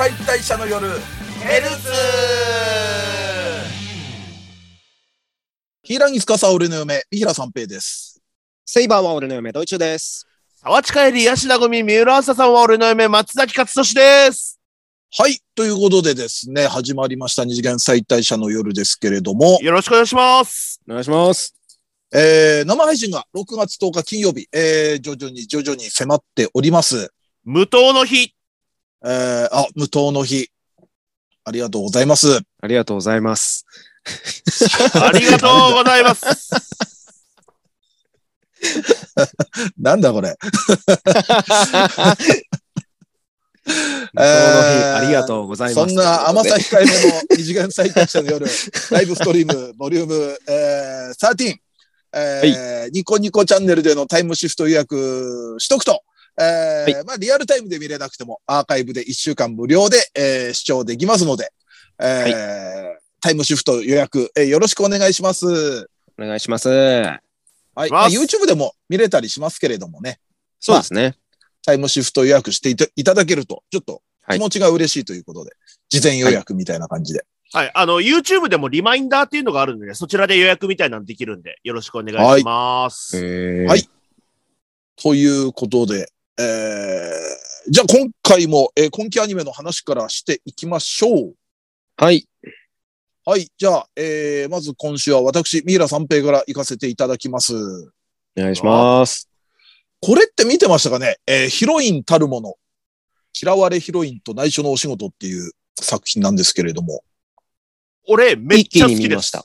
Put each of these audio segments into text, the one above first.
解体者の夜ヘルツヒーラギスカサ俺の嫁三平三平です。 セイバーは俺の嫁ドイチュです。 沢地帰りヤシナゴミ三浦朝さんは俺の嫁松崎勝利です。 はい、ということでですね、始まりました二次元再退者の夜ですけれども、 よろしくお願いします。 お願いします。 生配信が6月10日金曜日、徐々に迫っております。 無糖の日。 無糖の日。ありがとうございます。 ありがとうございます。 ありがとうございます。 なんだこれ。 無糖の日、ありがとうございます。 そんな甘さ控えめの二次元再退者の夜、ライブストリームボリューム、13、はい、ニコニコチャンネルでのタイムシフト予約しとくと、はい、まあリアルタイムで見れなくてもアーカイブで1週間無料で、視聴できますので、はい、タイムシフト予約、よろしくお願いします。 お願いします。 はい。まあ、YouTube でも見れたりしますけれどもね。 そうですね。まあ、 タイムシフト予約していただけると、ちょっと気持ちが嬉しいということで、はい、事前予約みたいな感じで。 はい。YouTube でもリマインダーっていうのがあるんで、ね、そちらで予約みたいなのできるんで、よろしくお願いします。 はい。ということで、じゃあ今回も、今期アニメの話からしていきましょう。 はい。 はい。じゃあ、まず今週は私、三浦三平から行かせていただきます。 お願いします。 これって見てましたかね？ヒロインたるもの。嫌われヒロインと内緒のお仕事っていう作品なんですけれども。 俺、めっちゃ好きでした。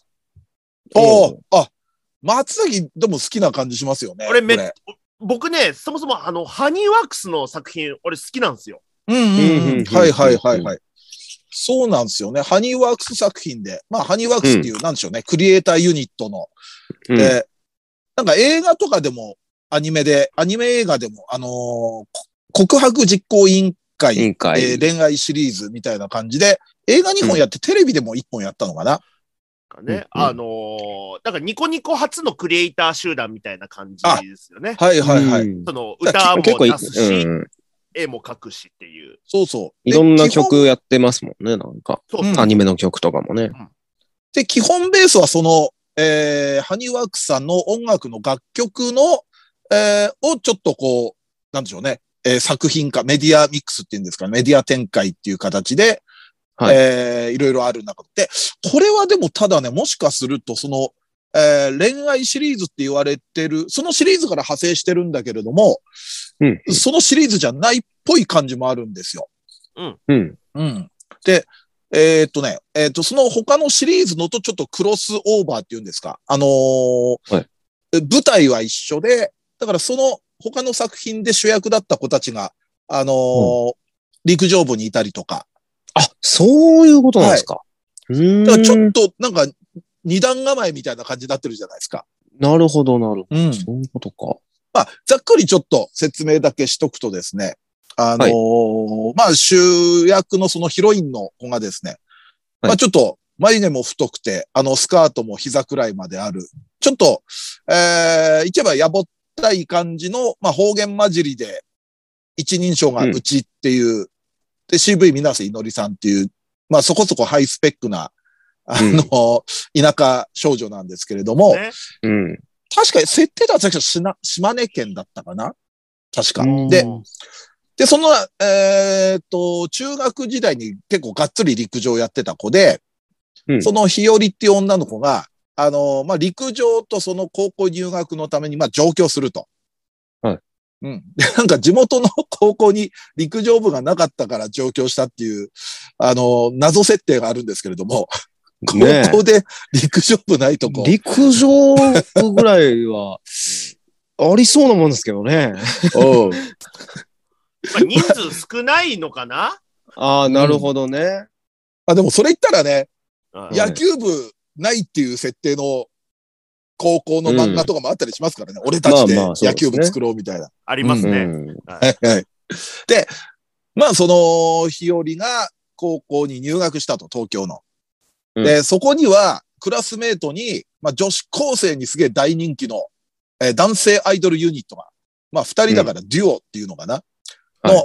松崎でも好きな感じしますよね。 僕ね、そもそもハニーワークスの作品、俺好きなんですよ。 はい。そうなんですよね。ハニーワークス作品で。まあ、ハニーワークスっていう、なんでしょうね、クリエイターユニットの。で、なんか映画とかでも、アニメ映画でも、告白実行委員会、恋愛シリーズみたいな感じで、映画2本やって、テレビでも1本やったのかな。 ね、だからニコニコ初のクリエイター集団みたいな感じですよね。 はい。 その歌も出すし、絵も描くしっていう。 そう。 いろんな曲やってますもんね、なんか。アニメの曲とかもね。 で、基本ベースはその、ハニーワークスさんの音楽の楽曲の、をちょっとこう、なんでしょうね、作品化、メディアミックスっていうんですかね、メディア展開っていう形で、はい、いろいろある中で、これはでもただね、もしかすると、その、恋愛シリーズって言われてる、そのシリーズから派生してるんだけれども、そのシリーズじゃないっぽい感じもあるんですよ。で、その他のシリーズのとちょっとクロスオーバーっていうんですか。舞台は一緒で、だからその他の作品で主役だった子たちが、陸上部にいたりとか。 あ、そういうことなんですか。 だからちょっとなんか二段構えみたいな感じになってるじゃないですか。 なるほど。そういうことか。 まあ、ざっくりちょっと説明だけしとくとですね、まあ、主役のそのヒロインの子がですね、まあちょっと眉毛も太くて、スカートも膝くらいまである、ちょっと、言えばやぼったい感じの、まあ方言混じりで、一人称がうちっていう、で、CV 水瀬いのりさんっていう、まあそこそこハイスペックな、田舎少女なんですけれども、確かに設定とは確か島根県だったかな確か。で、その、中学時代に結構がっつり陸上やってた子で、その日和っていう女の子が、まあ、陸上とその高校入学のために、まあ、上京すると。で、なんか地元の高校に陸上部がなかったから上京したっていう、謎設定があるんですけれども、高校で陸上部ないとこ。 陸上部ぐらいは、ありそうなもんですけどね。 まあ、人数少ないのかなああ、なるほどね。 でもそれ言ったらね、野球部ないっていう設定の高校の漫画とかもあったりしますからね。俺たちで野球部作ろうみたいな。 ありますね。 で、まあその日和が高校に入学したと、東京の。で、そこにはクラスメートに、まあ女子高生にすげえ大人気の、男性アイドルユニットが、まあ二人だからデュオっていうのかな。の、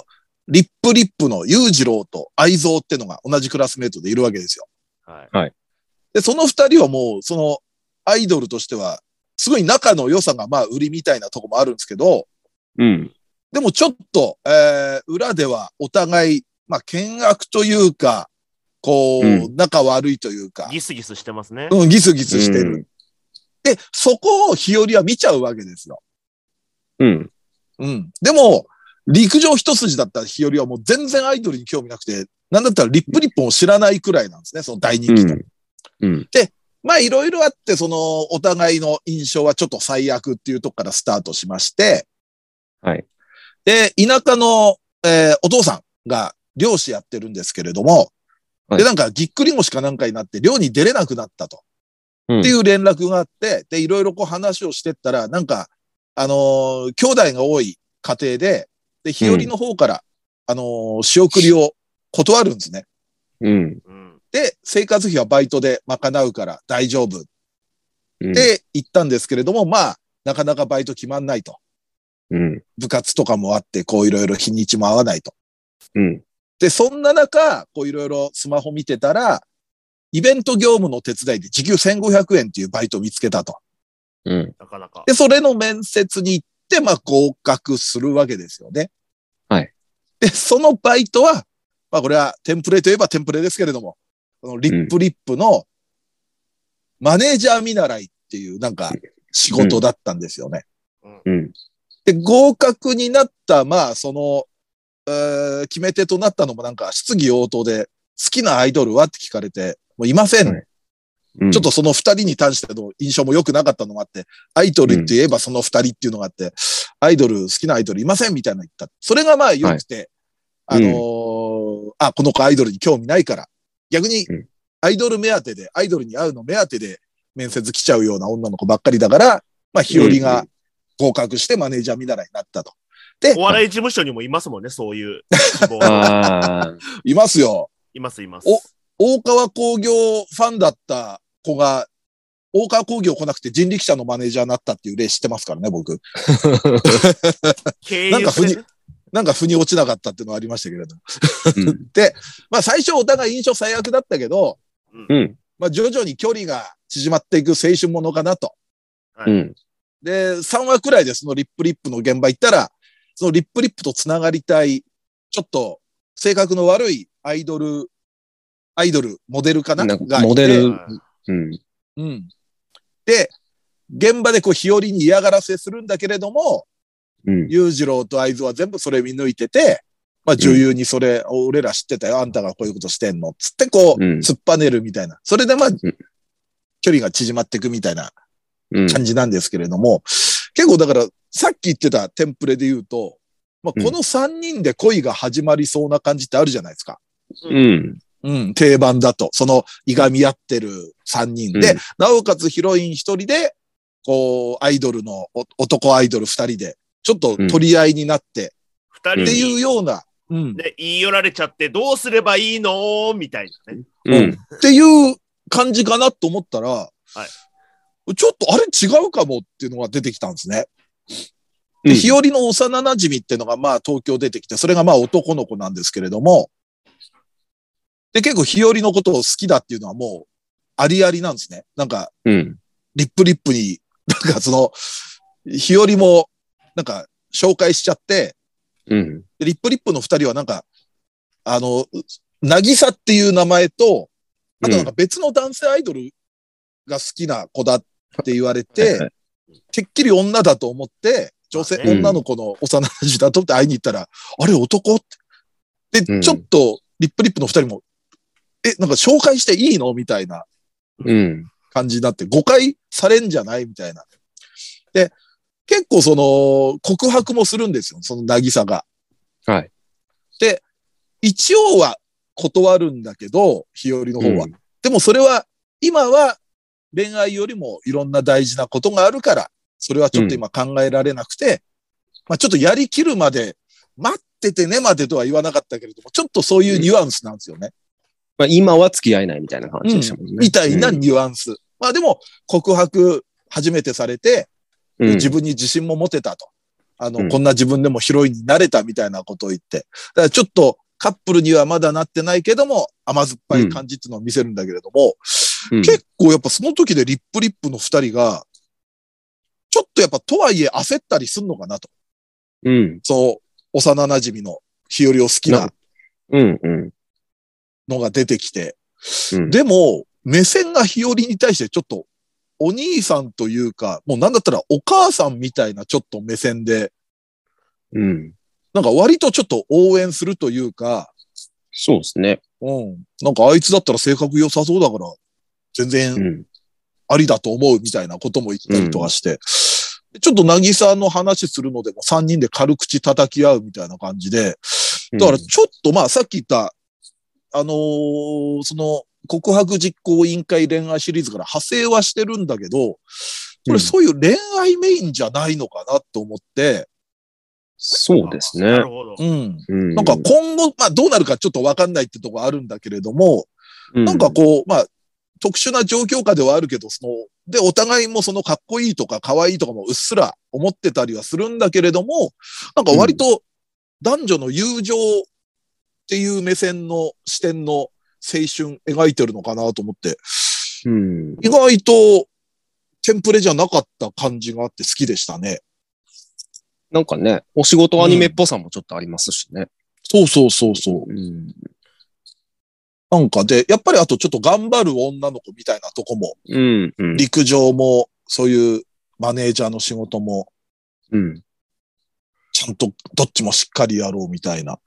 リップリップの裕次郎と愛蔵ってのが同じクラスメートでいるわけですよ。 はい。 で、その二人はもう、そのアイドルとしては、すごい仲の良さがまあ売りみたいなとこもあるんですけど、 うん。 でもちょっと、裏ではお互い、まあ、険悪というか、こう、仲悪いというか、 ギスギスしてますね。 ギスギスしてる。で、そこを日和は見ちゃうわけですよ。 うん。 でも、陸上一筋だった日和はもう全然アイドルに興味なくて、なんだったらリップリップを知らないくらいなんですね、その大人気の。で、まあいろいろあって、そのお互いの印象はちょっと最悪っていうとこからスタートしまして、 はい。 で、田舎の、お父さんが漁師やってるんですけれども、で、なんかぎっくり腰かなんかになって漁に出れなくなったと。っていう連絡があって、で、いろいろこう話をしてったら、なんか、兄弟が多い家庭で、で、日和の方から、仕送りを断るんですね。で、生活費はバイトで賄うから大丈夫。って言ったんですけれども、まあ、なかなかバイト決まんないと。部活とかもあって、こういろいろ日にちも合わないと。で、そんな中、こういろいろスマホ見てたら、イベント業務の手伝いで時給1500円っていうバイトを見つけたと。 なかなか。 で、それの面接に行って、まあ合格するわけですよね。 はい。 で、そのバイトは、まあこれはテンプレといえばテンプレですけれども、このリップリップのマネージャー見習いっていうなんか仕事だったんですよね。で、合格になった、まあその、決め手となったのもなんか質疑応答で好きなアイドルはって聞かれて、もういません。ちょっとその二人に対しての印象も良くなかったのもあって、アイドルって言えばその二人っていうのがあって、アイドル、好きなアイドルいませんみたいな言った。それがまあ良くて、この子アイドルに興味ないから、逆にアイドル目当てで、アイドルに会うの目当てで面接来ちゃうような女の子ばっかりだから、まあ日和が合格してマネージャー見習いになったと。 で、お笑い事務所にもいますもんね、そういう希望いますよ。 います、います。 大川工業ファンだった子が、大川工業来なくて人力車のマネージャーになったっていう例知ってますからね、僕。なんか腑に落ちなかったっていうのはありましたけれど。で、まあ最初お互い印象最悪だったけど、まあ徐々に距離が縮まっていく青春ものかなと。で、3話くらいでそのリップリップの現場行ったら、そのリップリップとつながりたい、ちょっと性格の悪いアイドル、モデルかなモデル。 で、現場でこう日和に嫌がらせするんだけれども、裕次郎と愛蔵は全部それ見抜いてて、まあ女優にそれ、俺ら知ってたよ、あんたがこういうことしてんの、つってこう、突っぱねるみたいな。それでまあ、距離が縮まっていくみたいな感じなんですけれども、結構だから、さっき言ってたテンプレで言うと、まあ、この3人で恋が始まりそうな感じってあるじゃないですか。定番だと。その、いがみ合ってる3人で、なおかつヒロイン1人で、こう、アイドルの、男アイドル2人で、ちょっと取り合いになって、 2人っていうような、 で、言い寄られちゃってどうすればいいのみたいなね。 っていう感じかなと思ったら、ちょっとあれ違うかもっていうのが出てきたんですね。で、日和の幼馴染っていうのがまあ東京出てきて、それがまあ男の子なんですけれども、で、結構日和のことを好きだっていうのはもうありありなんですね。なんか、リップリップに、なんかその、日和もなんか紹介しちゃって、でリップリップの二人はなんか、なぎさっていう名前と、あとなんか別の男性アイドルが好きな子だって言われて、てっきり女だと思って、女の子の幼馴染だと思って会いに行ったら、あれ男って。で、ちょっと、リップリップの二人も、なんか紹介していいのみたいな感じになって、誤解されんじゃないみたいな。で、結構その、告白もするんですよ、そのなぎさが。 はい。 で、一応は断るんだけど、日和の方は。でもそれは、今は恋愛よりもいろんな大事なことがあるから、それはちょっと今考えられなくて、まあちょっとやりきるまで、待っててねまでとは言わなかったけれども、ちょっとそういうニュアンスなんですよね。 まあ今は付き合えないみたいな感じでしたもんね。 みたいなニュアンス。まあでも、告白初めてされて、自分に自信も持てたと。 こんな自分でもヒロインになれたみたいなことを言って。だからちょっとカップルにはまだなってないけども、甘酸っぱい感じっていうのを見せるんだけれども、結構やっぱその時でリップリップの二人が、ちょっとやっぱとはいえ焦ったりすんのかなと。そう、幼馴染の日和を好きなのが出てきて。でも、目線が日和に対してちょっと、お兄さんというか、もうなんだったらお母さんみたいなちょっと目線で、なんか割とちょっと応援するというか、 そうですね。 なんかあいつだったら性格良さそうだから、全然ありだと思うみたいなことも言ったりとかして、ちょっと渚の話するのでも3人で軽口叩き合うみたいな感じで、だからちょっとまあさっき言った、その告白実行委員会恋愛シリーズから派生はしてるんだけど、これそういう恋愛メインじゃないのかなと思って、 そうですね。 なるほど。 なんか今後、まあどうなるかちょっとわかんないってとこあるんだけれども、なんかこう、まあ特殊な状況下ではあるけど、で、お互いもそのかっこいいとか可愛いとかもうっすら思ってたりはするんだけれども、なんか割と男女の友情っていう目線の視点の青春描いてるのかなと思って、意外とテンプレじゃなかった感じがあって好きでしたね。 なんかね、お仕事アニメっぽさもちょっとありますしね。 そう。なんかで、やっぱりあとちょっと頑張る女の子みたいなとこも、陸上も、そういうマネージャーの仕事も、ちゃんとどっちもしっかりやろうみたいな。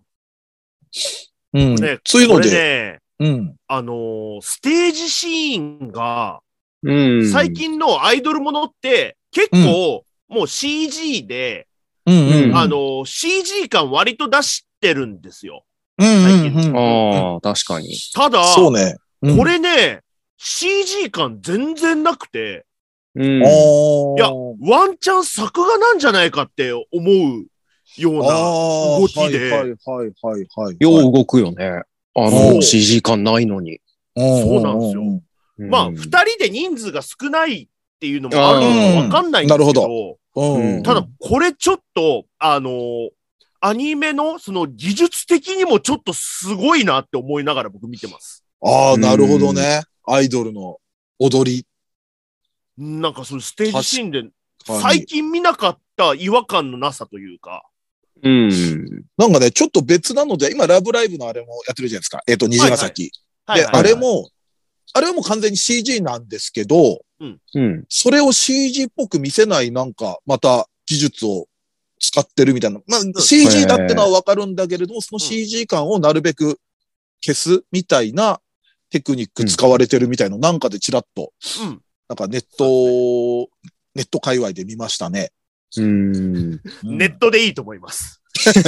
そういうので、 ステージシーンが、最近のアイドルものって結構もう CG で、CG 感割と出してるんですよ。最近。 ああ、確かに。 ただ、 そうね。 これね、CG 感全然なくて、いや、ワンチャン作画なんじゃないかって思うような動きで。 よう動くよね。CG 感ないのに。 そうなんですよ。まあ、二人で人数が少ないっていうのもあるのかわかんないんですけど、ただ、これちょっと、アニメのその技術的にもちょっとすごいなって思いながら僕見てます。 ああ、なるほどね。アイドルの踊り。 なんかそういうステージシーンで最近見なかった違和感のなさというか。 なんかね、ちょっと別なので、今ラブライブのあれもやってるじゃないですか。虹ヶ崎。で、あれはもう完全に CG なんですけど、それを CG っぽく見せないなんか、また技術を使ってるみたいな。まあ、CG だってのはわかるんだけれども、その CG 感をなるべく消すみたいなテクニック使われてるみたいな、なんかでチラッと、なんかネット界隈で見ましたね。 ネットでいいと思います。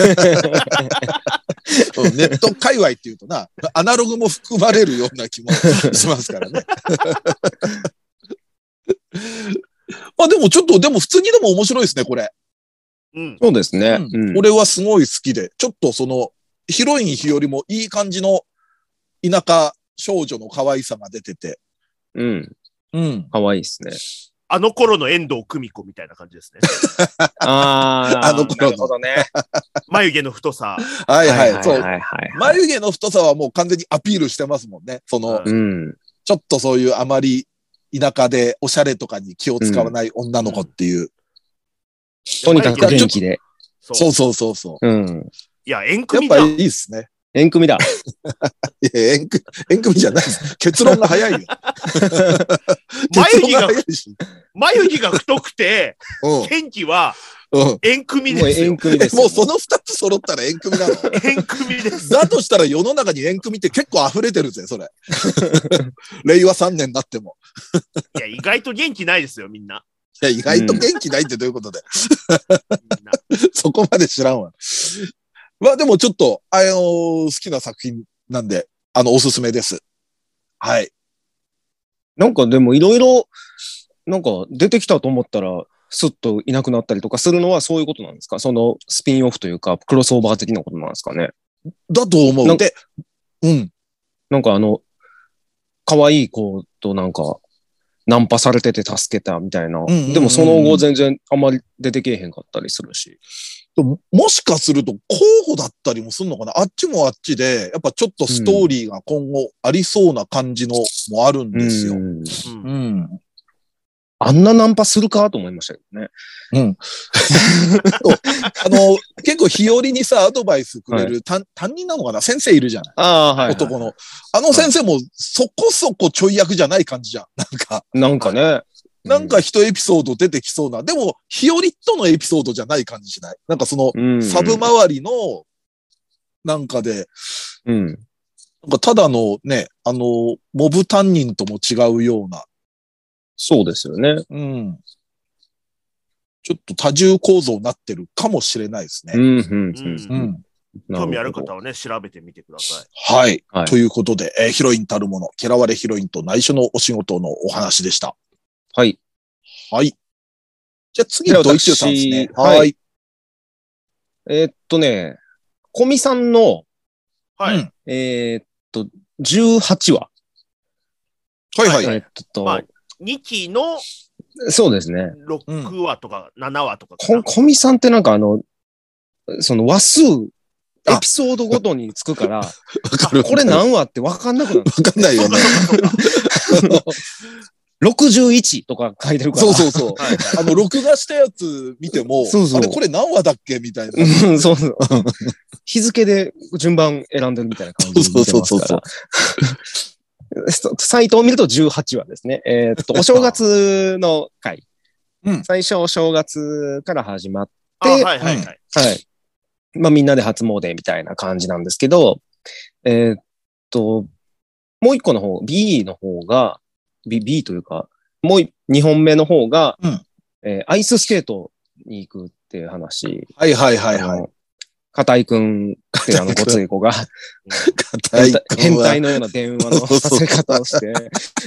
ネット界隈っていうとな、アナログも含まれるような気もしますからね。まあでもちょっと、でも普通にでも面白いですね、これ。 そうですね。 俺はすごい好きで、ちょっとその、ヒロインよりもいい感じの田舎少女の可愛さが出てて。 可愛いですね。 あの頃の遠藤久美子みたいな感じですね。 あの頃のね。 眉毛の太さ。 そう。眉毛の太さはもう完全にアピールしてますもんね。その、ちょっとそういうあまり田舎でおしゃれとかに気を使わない女の子っていう。 とにかく元気で。 そう。 いや、縁組じゃん。 やっぱいいですね。 縁組だ。 いや、縁組じゃないです。結論が早いよ。 眉毛が太くて、元気は、縁組ですよ。 縁組です。 もうその二つ揃ったら縁組なの。 縁組です。 だとしたら世の中に縁組って結構溢れてるぜ、それ。令和3年になっても。 いや、意外と元気ないですよ、みんな。 いや、意外と元気ないってどういうことで。そこまで知らんわ。まあでもちょっと、好きな作品なんで、おすすめです。はい。 なんかでもいろいろ、なんか出てきたと思ったら、スッといなくなったりとかするのはそういうことなんですか？そのスピンオフというか、クロスオーバー的なことなんですかね？ だと思う。 なんか可愛い子となんか、 ナンパされてて助けたみたいな。 うんうんうんでもその後全然あんまり出てけえへんかったりするし。 もしかすると候補だったりもするのかな。あっちもあっちで、やっぱちょっとストーリーが今後ありそうな感じのもあるんですよ。うん。 あんなナンパするかと思いましたけどね。 うん。結構日和にさ、アドバイスくれる、担任なのかな先生いるじゃない。 ああ、はい。 男の。あの先生もそこそこちょい役じゃない感じじゃん。 なんかね。 なんか一エピソード出てきそうな。でも、日和とのエピソードじゃない感じしない。なんかその、サブ周りの、なんかで、なんかただのね、モブ担任とも違うような。 そうですよね。 ちょっと多重構造になってるかもしれないですね。 興味ある方はね、調べてみてください。はい。ということで、ヒロインたるもの、嫌われヒロインと内緒のお仕事のお話でした。 はい。 はい。じゃあ次、ドイツさんですね。 はい。コミさんの、 はい。 18話。 はいはい。 2期の、 そうですね。 6話とか7話とか。 コミさんってなんかその話数、エピソードごとにつくから、これ何話って分かんなくなる。 分かんないよね。 61とか書いてるから。 そう。録画したやつ見ても、あれこれ何話だっけみたいな。 そう。日付で順番選んでるみたいな感じで見てますから。サイトを見ると18話ですね。お正月の回。最初お正月から始まって、まあみんなで初詣みたいな感じなんですけど、もう一個の方、B の方が、B というか、もう2本目の方が、アイススケートに行くっていう話。 はい。 片井くんってごつい子が、変態のような電話のさせ方をして、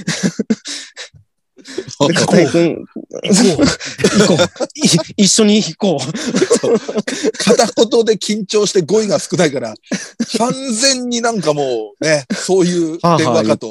片井くん、行こう。一緒に行こう。 片言で緊張して語彙が少ないから、完全になんかもうね、そういう電話かと。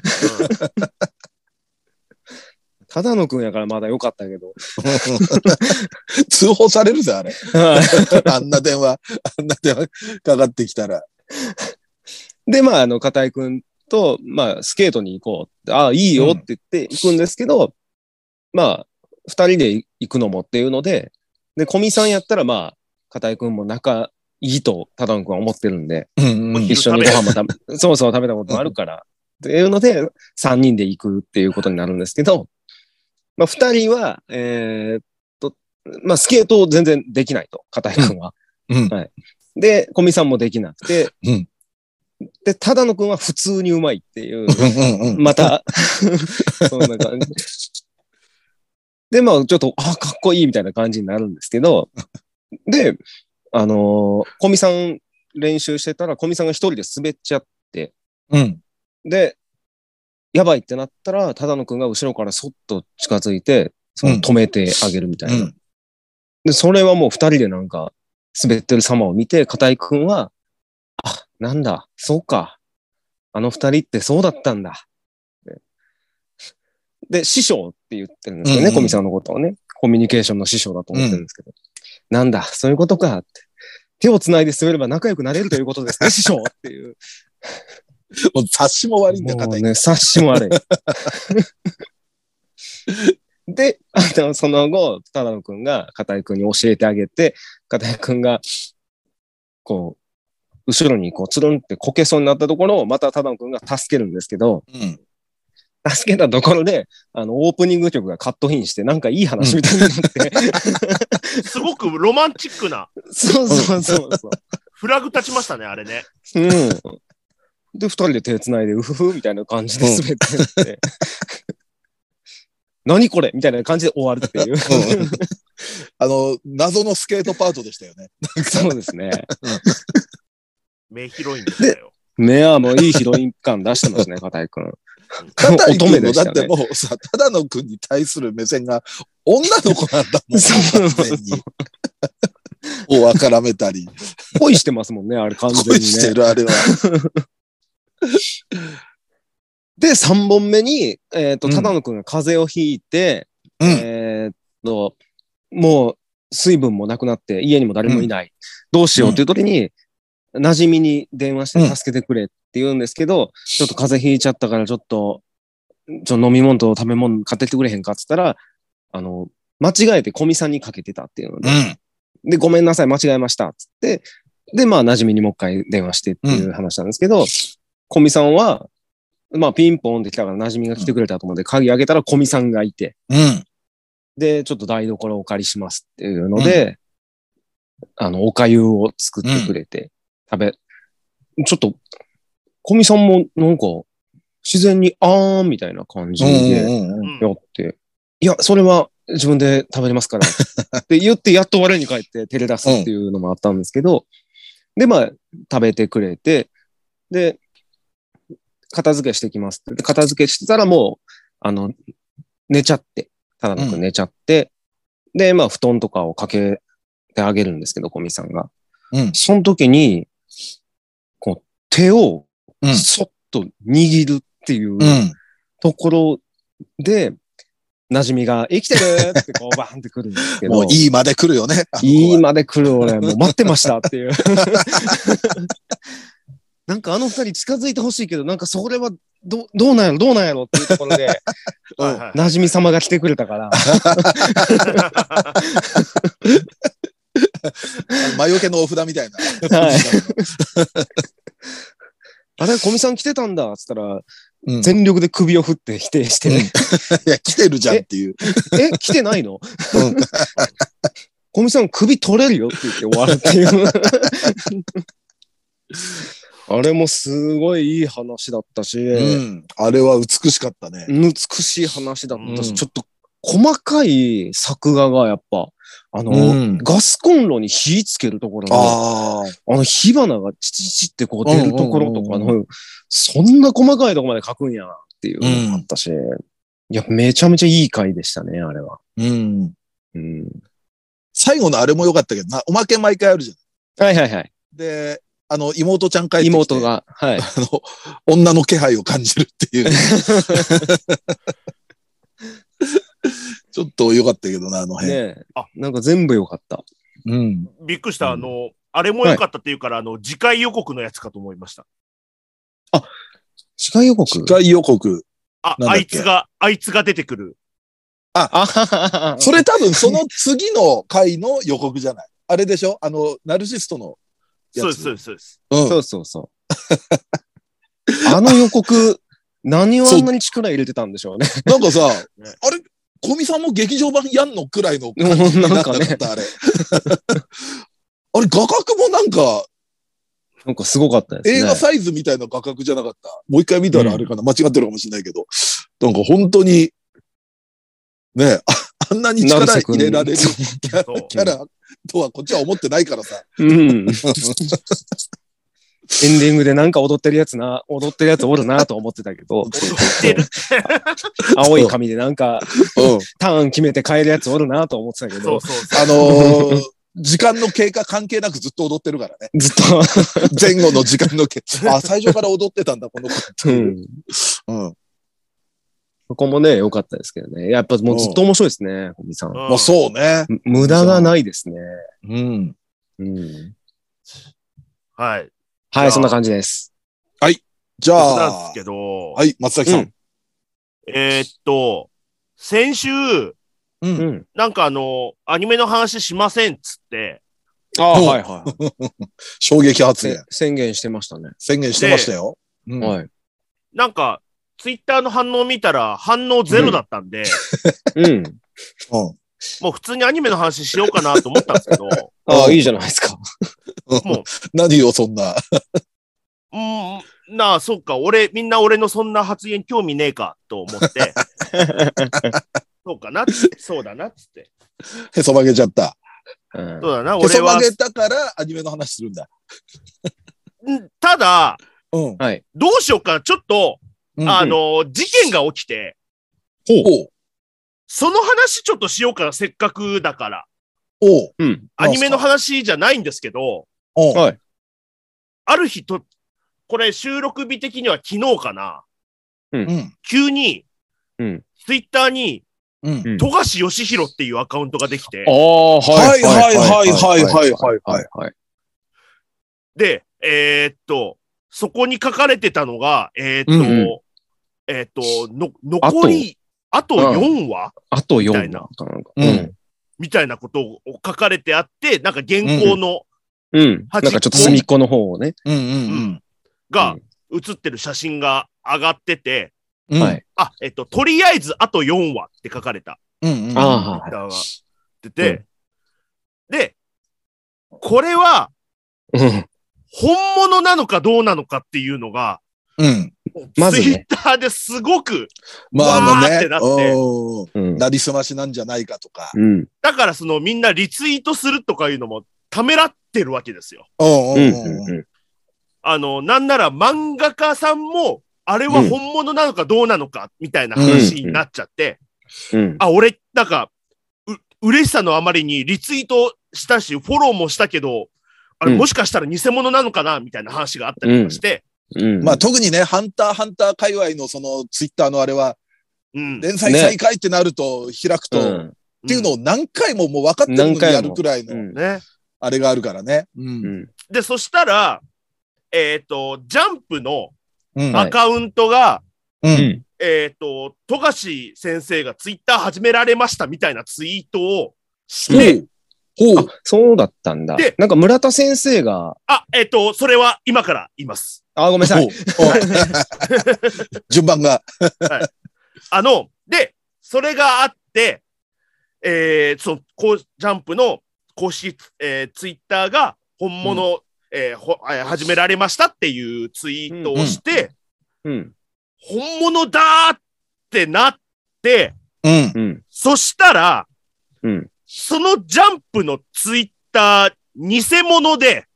只野くんやからまだ良かったけど。 通報されるぜ、あれ。あんな電話かかってきたら。 で、まあ、片井くんと、まあ、スケートに行こう。ああ、いいよって言って行くんですけど、まあ、二人で行くのもっていうので、で、小見さんやったら、まあ、片井くんも仲いいと只野くんは思ってるんで、一緒にご飯も食べたこともあるから、っていうので、3人で行くっていうことになるんですけど、まあ、2人は、まあ、スケートを全然できないと、片井くんは。はい。で、小見さんもできなくて、で、只野くんは普通にうまいっていう、また、そんな感じ。で、まあ、ちょっと、かっこいいみたいな感じになるんですけど、で、小見さん練習してたら、小見さんが一人で滑っちゃって、で、やばいってなったら、只野くんが後ろからそっと近づいて、止めてあげるみたいな。で、それはもう二人でなんか、滑ってる様を見て、片井くんは、あ、なんだ、そうか。あの二人ってそうだったんだ。で、師匠って言ってるんですよね、小見さんのことをね。コミュニケーションの師匠だと思ってるんですけど。なんだ、そういうことかって。手を繋いで滑れば仲良くなれるということですね、師匠っていう。 もう察しも悪いんだよ、 片井君。察しも悪い。で、その後、只野くんが片井くんに教えてあげて、片井くんが、こう、後ろにこう、つるんってこけそうになったところを、また只野くんが助けるんですけど、助けたところで、オープニング曲がカットインして、なんかいい話みたいになって。 すごくロマンチックな。 そう。 フラグ立ちましたね、あれね。 で、二人で手繋いで、うふふみたいな感じで滑ってって。何これみたいな感じで終わるっていう。 謎のスケートパートでしたよね。 そうですね。 名ヒロインでしたよ。 はもういいヒロイン感出してますね、片井くん。 片井くんもだってもうさ、只野くんに対する目線が女の子なんだもん。完全に。をあからめたり。 恋してますもんね、あれ完全にね。 恋してる、あれは。 で、3本目に、忠野くんが風邪をひいて、もう水分もなくなって家にも誰もいない。どうしようっていう時に、馴染みに電話して助けてくれって言うんですけど、ちょっと風邪ひいちゃったからちょっと飲み物と食べ物買ってきてくれへんかって言ったら、間違えて古見さんにかけてたっていうので、で、ごめんなさい、間違えましたっつって、で、まあ、馴染みにもう一回電話してっていう話なんですけど、古見さんは、まあ、ピンポンって来たから馴染みが来てくれたと思って、鍵開けたら古見さんがいて、で、ちょっと台所をお借りしますっていうので、お粥を作ってくれて、ちょっと、古見さんもなんか、自然にあーんみたいな感じでやって、いや、それは自分で食べれますからって言って、やっと我に返って照れ出すっていうのもあったんですけど、で、まあ、食べてくれて、で、片付けしてきますって。片付けしてたらもう、寝ちゃって、忠野くん寝ちゃって、で、まあ、布団とかをかけてあげるんですけど、小見さんが。その時に、こう、手を、そっと握るっていうところで、馴染みが生きてるってこうバーンってくるんですけど。 もういいまで来るよね。 いいまで来る俺、もう待ってましたっていう。なんか二人近づいてほしいけど、なんかそれはどうなんやろっていうところで、馴染み様が来てくれたから。 魔除けのお札みたいな。 あれ、小見さん来てたんだっつったら、全力で首を振って否定して、 いや、来てるじゃんっていう。 来てないの？小見さん首取れるよって言って終わるっていう。あれもすごいいい話だったし、 あれは美しかったね。 美しい話だったし、ちょっと細かい作画がやっぱ、ガスコンロに火つけるところの、火花がチチチってこう出るところとかの、そんな細かいところまで描くんやっていうのがあったし、いや、めちゃめちゃいい回でしたね、あれは。 最後のあれも良かったけどな、おまけ毎回あるじゃん。 はいはいはい。 で、妹ちゃん帰ってきて。 妹が、はい。 女の気配を感じるっていう。ちょっと良かったけどな、あの辺。 ねえ。なんか全部良かった。 びっくりした。あれも良かったっていうから、次回予告のやつかと思いました。 次回予告？ 次回予告。 あいつが出てくる。 それ多分その次の回の予告じゃない。あれでしょ？ナルシストのやつ。 そうです。そうそう。あの予告、何をあんなに力入れてたんでしょうね。 なんかさ、あれ、小見さんも劇場版やんのくらいの感じになったね。あれ。あれ、画角もなんかすごかったですね。 映画サイズみたいな画角じゃなかった。もう一回見たらあれかな、間違ってるかもしれないけど。なんか本当に、ね、あんなに力入れられるキャラとはこっちは思ってないからさ。 エンディングでなんか踊ってるやつおるなと思ってたけど。踊ってる。青い髪でなんか、ターン決めて帰るやつおるなと思ってたけど。 時間の経過関係なくずっと踊ってるからね。 ずっと。 前後の時間の経過。最初から踊ってたんだ、この子。 そこもね、良かったですけどね。やっぱもうずっと面白いですね、小見さん。 まあそうね。 無駄がないですね。 はい。 はい、そんな感じです。 はい。じゃあ。 なんですけど。 はい、松崎さん。 先週、なんかアニメの話しませんっつって。 はいはい。 衝撃発言。 宣言してましたね。 宣言してましたよ。 はい。 なんか、ツイッターの反応見たら反応ゼロだったんで。もう普通にアニメの話しようかなと思ったんですけど。 いいじゃないですか。 もう。何よ、そんな。 そうか、みんな俺のそんな発言興味ねえかと思って。そうかなそうだなっつって。 へそ曲げちゃった。 そうだな、 俺は。へそ曲げたからアニメの話するんだ。 ただ、どうしようかな、ちょっと、事件が起きて、その話ちょっとしようかな、せっかくだから。アニメの話じゃないんですけど、ある日これ収録日的には昨日かな。 急に、 うん。 ツイッターに、 うん。 富樫義弘っていうアカウントができて、 はいはいはい。 で、そこに書かれてたのが、残り、あと4話あと4話みたいな。 うん。 みたいなことを書かれてあって、なんか原稿の、 うん。なんかちょっと隅っこの方をね。 が写ってる写真が上がってて、 はい。 とりあえずあと4話って書かれた。 ああ、 が出て、で、これは、本物なのかどうなのかっていうのが、 まずツイッターですごく、 まあわーってなって、 なりすましなんじゃないかとか。 だからみんなリツイートするとかいうのもためらってるわけですよ。なんなら漫画家さんも、あれは本物なのかどうなのかみたいな話になっちゃって、俺、なんか、嬉しさのあまりにリツイートしたし、フォローもしたけど、あれもしかしたら偽物なのかなみたいな話があったりとかして。 まあ特にね、ハンター界隈のそのツイッターのあれは、連載再開ってなると開くと、っていうのを何回ももう分かってるのにやるくらいの、あれがあるからね。 で、そしたら、ジャンプのアカウントが、富樫先生がツイッター始められましたみたいなツイートをして、 そうだったんだ。で、なんか村田先生が。 それは今から言います。 ごめんなさい。 順番が。 で、それがあって、ジャンプの公式、ツイッターが本物、始められましたっていうツイートをして、本物だーってなって、そしたら、そのジャンプのツイッター、偽物で、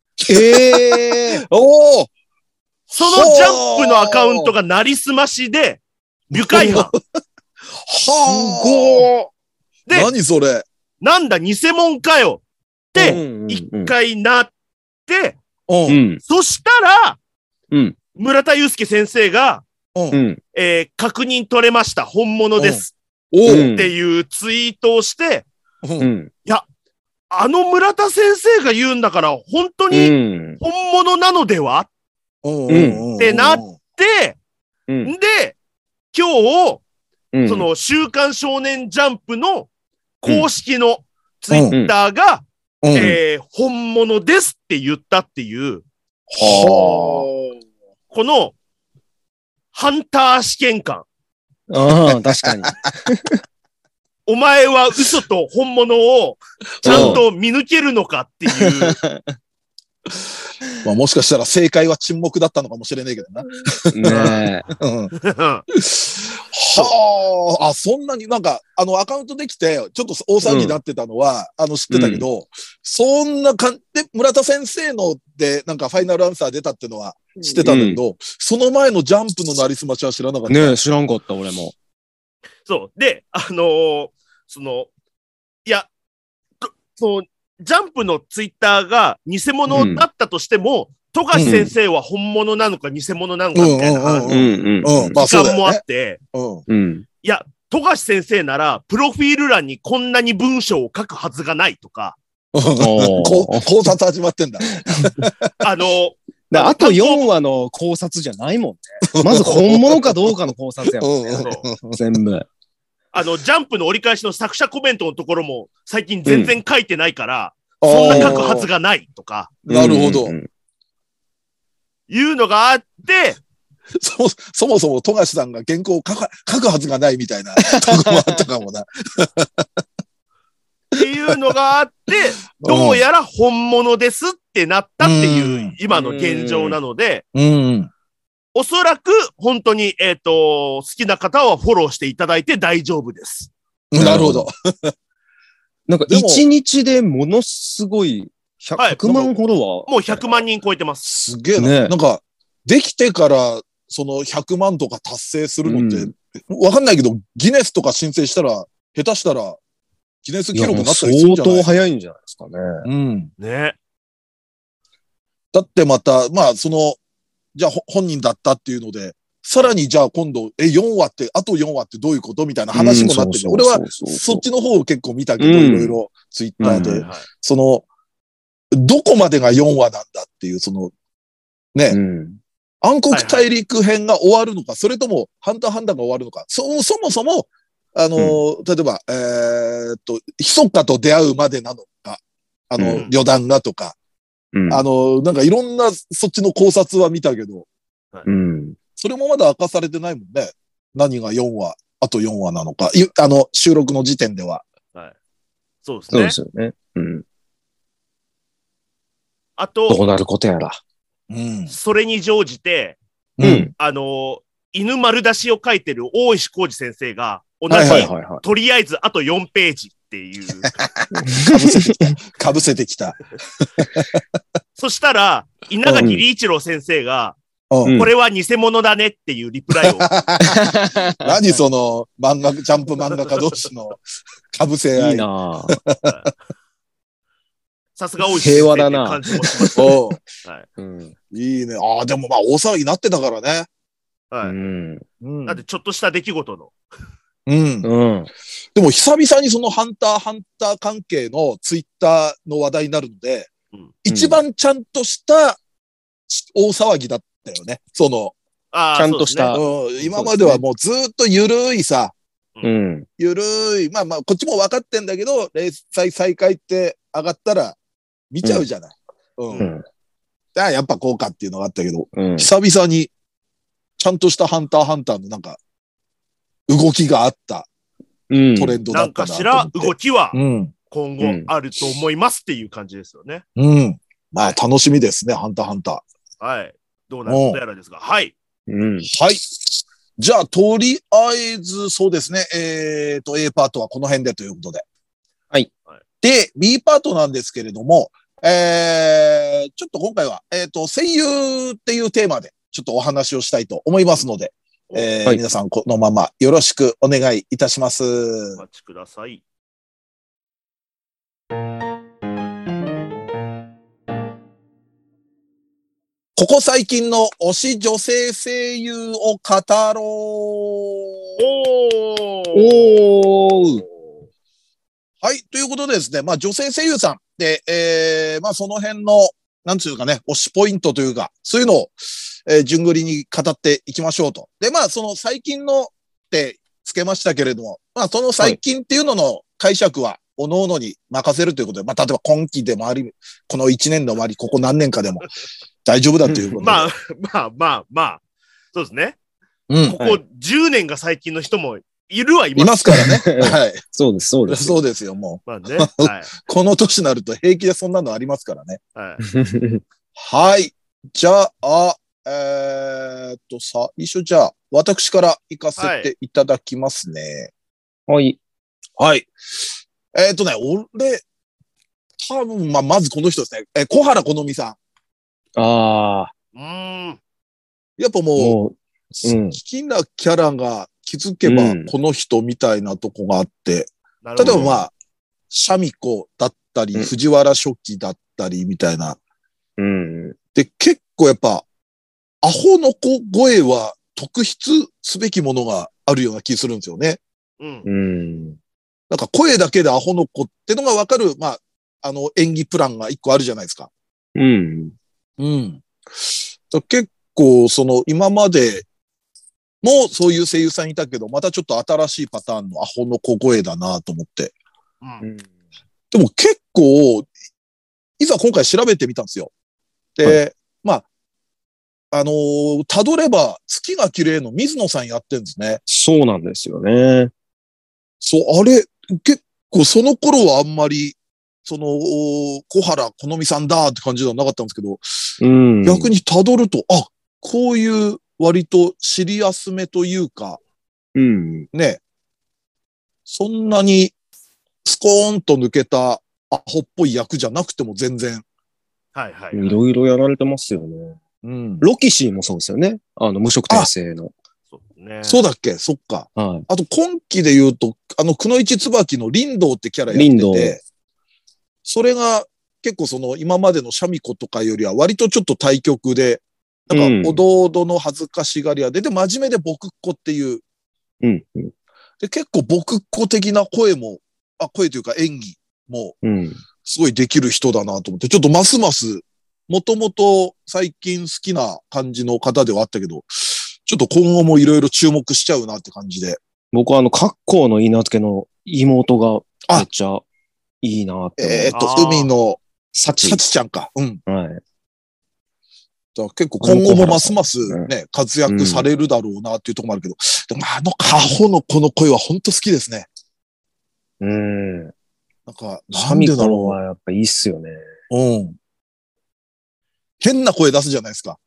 そのジャンプのアカウントがなりすましで、愉快犯。 すごー。で、何それ。 なんだ、偽物かよって一回なって、そしたら、村田祐介先生が、確認取れました。本物です。っていうツイートをして、いや、村田先生が言うんだから、本当に本物なのではってなって、で、今日、その週刊少年ジャンプの公式のツイッターが、本物ですって言ったっていう、この、ハンター試験官。 確かに。 お前は嘘と本物をちゃんと見抜けるのかっていう。 まあもしかしたら正解は沈黙だったのかもしれないけどな。 ねえ。 そんなになんか、アカウントできて、ちょっと大騒ぎになってたのは、知ってたけど、そんなで、村田先生ので、なんかファイナルアンサー出たってのは知ってたんだけど、その前のジャンプのなりすましは知らなかった。 ねえ、知らんかった、俺も。 そう。で、いや、ジャンプのツイッターが偽物だったとしても、富樫先生は本物なのか偽物なのかみたいな時間もあって、いや、富樫先生なら、プロフィール欄にこんなに文章を書くはずがないとか。 考察始まってんだ。 あと4話の考察じゃないもんね。まず本物かどうかの考察やもんね。全部。 ジャンプの折り返しの作者コメントのところも最近全然書いてないから、そんな書くはずがないとか。 なるほど。 いうのがあって、 そもそも富樫さんが原稿を書くはずがないみたいなとこもあったかもな。 っていうのがあって、どうやら本物ですってなったっていう今の現状なので、おそらく本当に、好きな方はフォローしていただいて大丈夫です。 なるほど。 なんか1日でものすごい100万フォロワー。 もう100万人超えてます。 すげえな。なんか、できてからその100万とか達成するのって、わかんないけど、ギネスとか申請したら、下手したら、ギネス記録になったりするんじゃない？ 相当早いんじゃないですかね。 ね。 だってまた、まあ、じゃあ本人だったっていうので、 さらにじゃあ今度、4話って、あと4話ってどういうことみたいな話もなってて、俺はそっちの方を結構見たけど、いろいろツイッターで、その、どこまでが4話なんだっていう、その、ね、暗黒大陸編が終わるのか、それとも、ハンターハンターが終わるのか、そもそも、例えば、ヒソカと出会うまでなのか、旅団がとか、なんかいろんなそっちの考察は見たけど、それもまだ明かされてないもんね。何が4話、あと4話なのか、収録の時点では。 はい。そうですね。 そうですよね。 あと、 どうなることやら。 それに乗じて、犬丸出しを書いてる大石浩二先生が、同じ、とりあえずあと4ページっていう。 かぶせてきた。 そしたら、稲垣理一郎先生が、これは偽物だねっていうリプライを。 何その、ジャンプ漫画家同士のかぶせ合い。 いいなさすが大石先生って感じもしました。 いいね。でもまあ大騒ぎになってたからね。 はい。だってちょっとした出来事の。 でも久々にそのハンター関係のツイッターの話題になるので、一番ちゃんとした大騒ぎだったよね。その、 ちゃんとした。 今まではもうずっとゆるいさ、ゆるい、まあこっちも分かってんだけど、連載再開って上がったら見ちゃうじゃない。やっぱこうかっていうのがあったけど、久々にちゃんとしたハンターのなんか、動きがあったトレンドだったなと思って。 なんかしら動きは今後あると思いますっていう感じですよね。 まあ楽しみですね、ハンター。 はい。どうなることやらですが。はい。 はい。じゃあ、とりあえず、そうですね。A パートはこの辺でということで。 はい。 で、B パートなんですけれども、ちょっと今回は、声優っていうテーマで、ちょっとお話をしたいと思いますので、皆さんこのままよろしくお願いいたします。 お待ちください。 ここ最近の推し女性声優を語ろう。はい。ということでですね、まあ女性声優さんで、まあその辺の、なんつうかね、推しポイントというか、そういうのを、順繰りに語っていきましょうと。で、まあその最近のってつけましたけれども、まあその最近っていうのの解釈は、各々に任せるということで、まあ例えば今期でもあり、この1年の終わり、ここ何年かでも、大丈夫だということで。 まあ。そうですね。ここ10年が最近の人もいるはいますからね。はい。 そうです。 そうですよ、もう。 まあね。 この年になると平気でそんなのありますからね。 はい。 じゃあ、最初じゃあ、私から行かせていただきますね。 はい。 俺、多分、まずこの人ですね。小原好美さん。 やっぱもう、好きなキャラが気づけばこの人みたいなとこがあって、例えばまあ、シャミ子だったり、藤原初期だったりみたいな。で、結構やっぱ、アホの子声は特筆すべきものがあるような気するんですよね。なんか声だけでアホの子ってのがわかる、まあ、演技プランが一個あるじゃないですか。結構、今までもそういう声優さんいたけど、またちょっと新しいパターンのアホの小声だなと思って。でも結構、いざ今回調べてみたんですよ。で、まあ、辿れば月が綺麗の水野さんやってるんですね。 そうなんですよね。 そう、あれ、結構その頃はあんまり、小原好美さんだって感じではなかったんですけど、逆に辿ると、こういう割とシリアスめというか、ね、そんなにスコーンと抜けたアホっぽい役じゃなくても全然。 いろいろやられてますよね。ロキシーもそうですよね。無色転生の。 そうだっけ、そっか。あと今期で言うと、くのいち椿の林道ってキャラやってて、それが結構今までのシャミ子とかよりは割とちょっと対極で、 なんか、おどおどの恥ずかしがり屋で、で、真面目で僕っ子っていう。で、結構僕っ子的な声も、声というか演技も、すごいできる人だなと思って、ちょっとますます、もともと最近好きな感じの方ではあったけど、ちょっと今後もいろいろ注目しちゃうなって感じで。 僕は格好の稲助の妹がめっちゃいいなって。 海のサチちゃんか。はい。結構今後もますますね、活躍されるだろうなっていうところもあるけど、でもカホのこの声は本当好きですね。なんか、なんでだろう。 はやっぱいいっすよね。 変な声出すじゃないですか。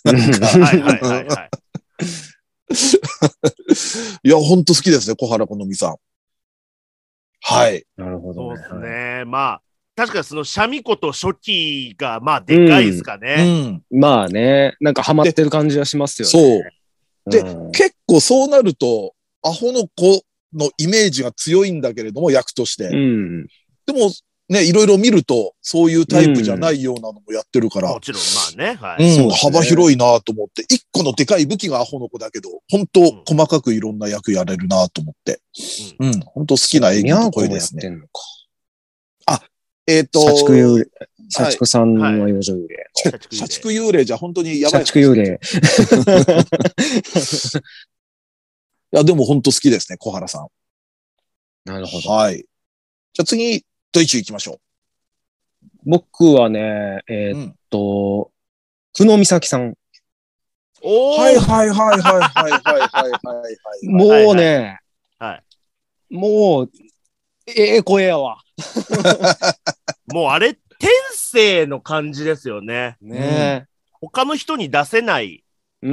いや、本当好きですね、小原好美さん。はい。 なるほど、 そうですね。まあ、確かにそのシャミ子と初期が、まあ、でかいですかね。 まあね、なんかハマってる感じはしますよね。 そう。で、結構そうなると、アホの子のイメージが強いんだけれども、役として。でも、ね、いろいろ見ると、そういうタイプじゃないようなのもやってるから。 もちろん、まあね。 幅広いなと思って。一個のでかい武器がアホの子だけど、本当細かくいろんな役やれるなと思って。本当好きな演技と声ですね。 社畜さんの幼女幽霊。 社畜幽霊じゃ本当にやばい。 社畜幽霊。 いや、でも本当好きですね、小原さん。 なるほど。 はい。じゃあ次、ど一行きましょう。僕はね、久野美咲さん。 はいはいはいはいはいはいもうね、もう、声やわ。 もうあれ、天性の感じですよね。他の人に出せない。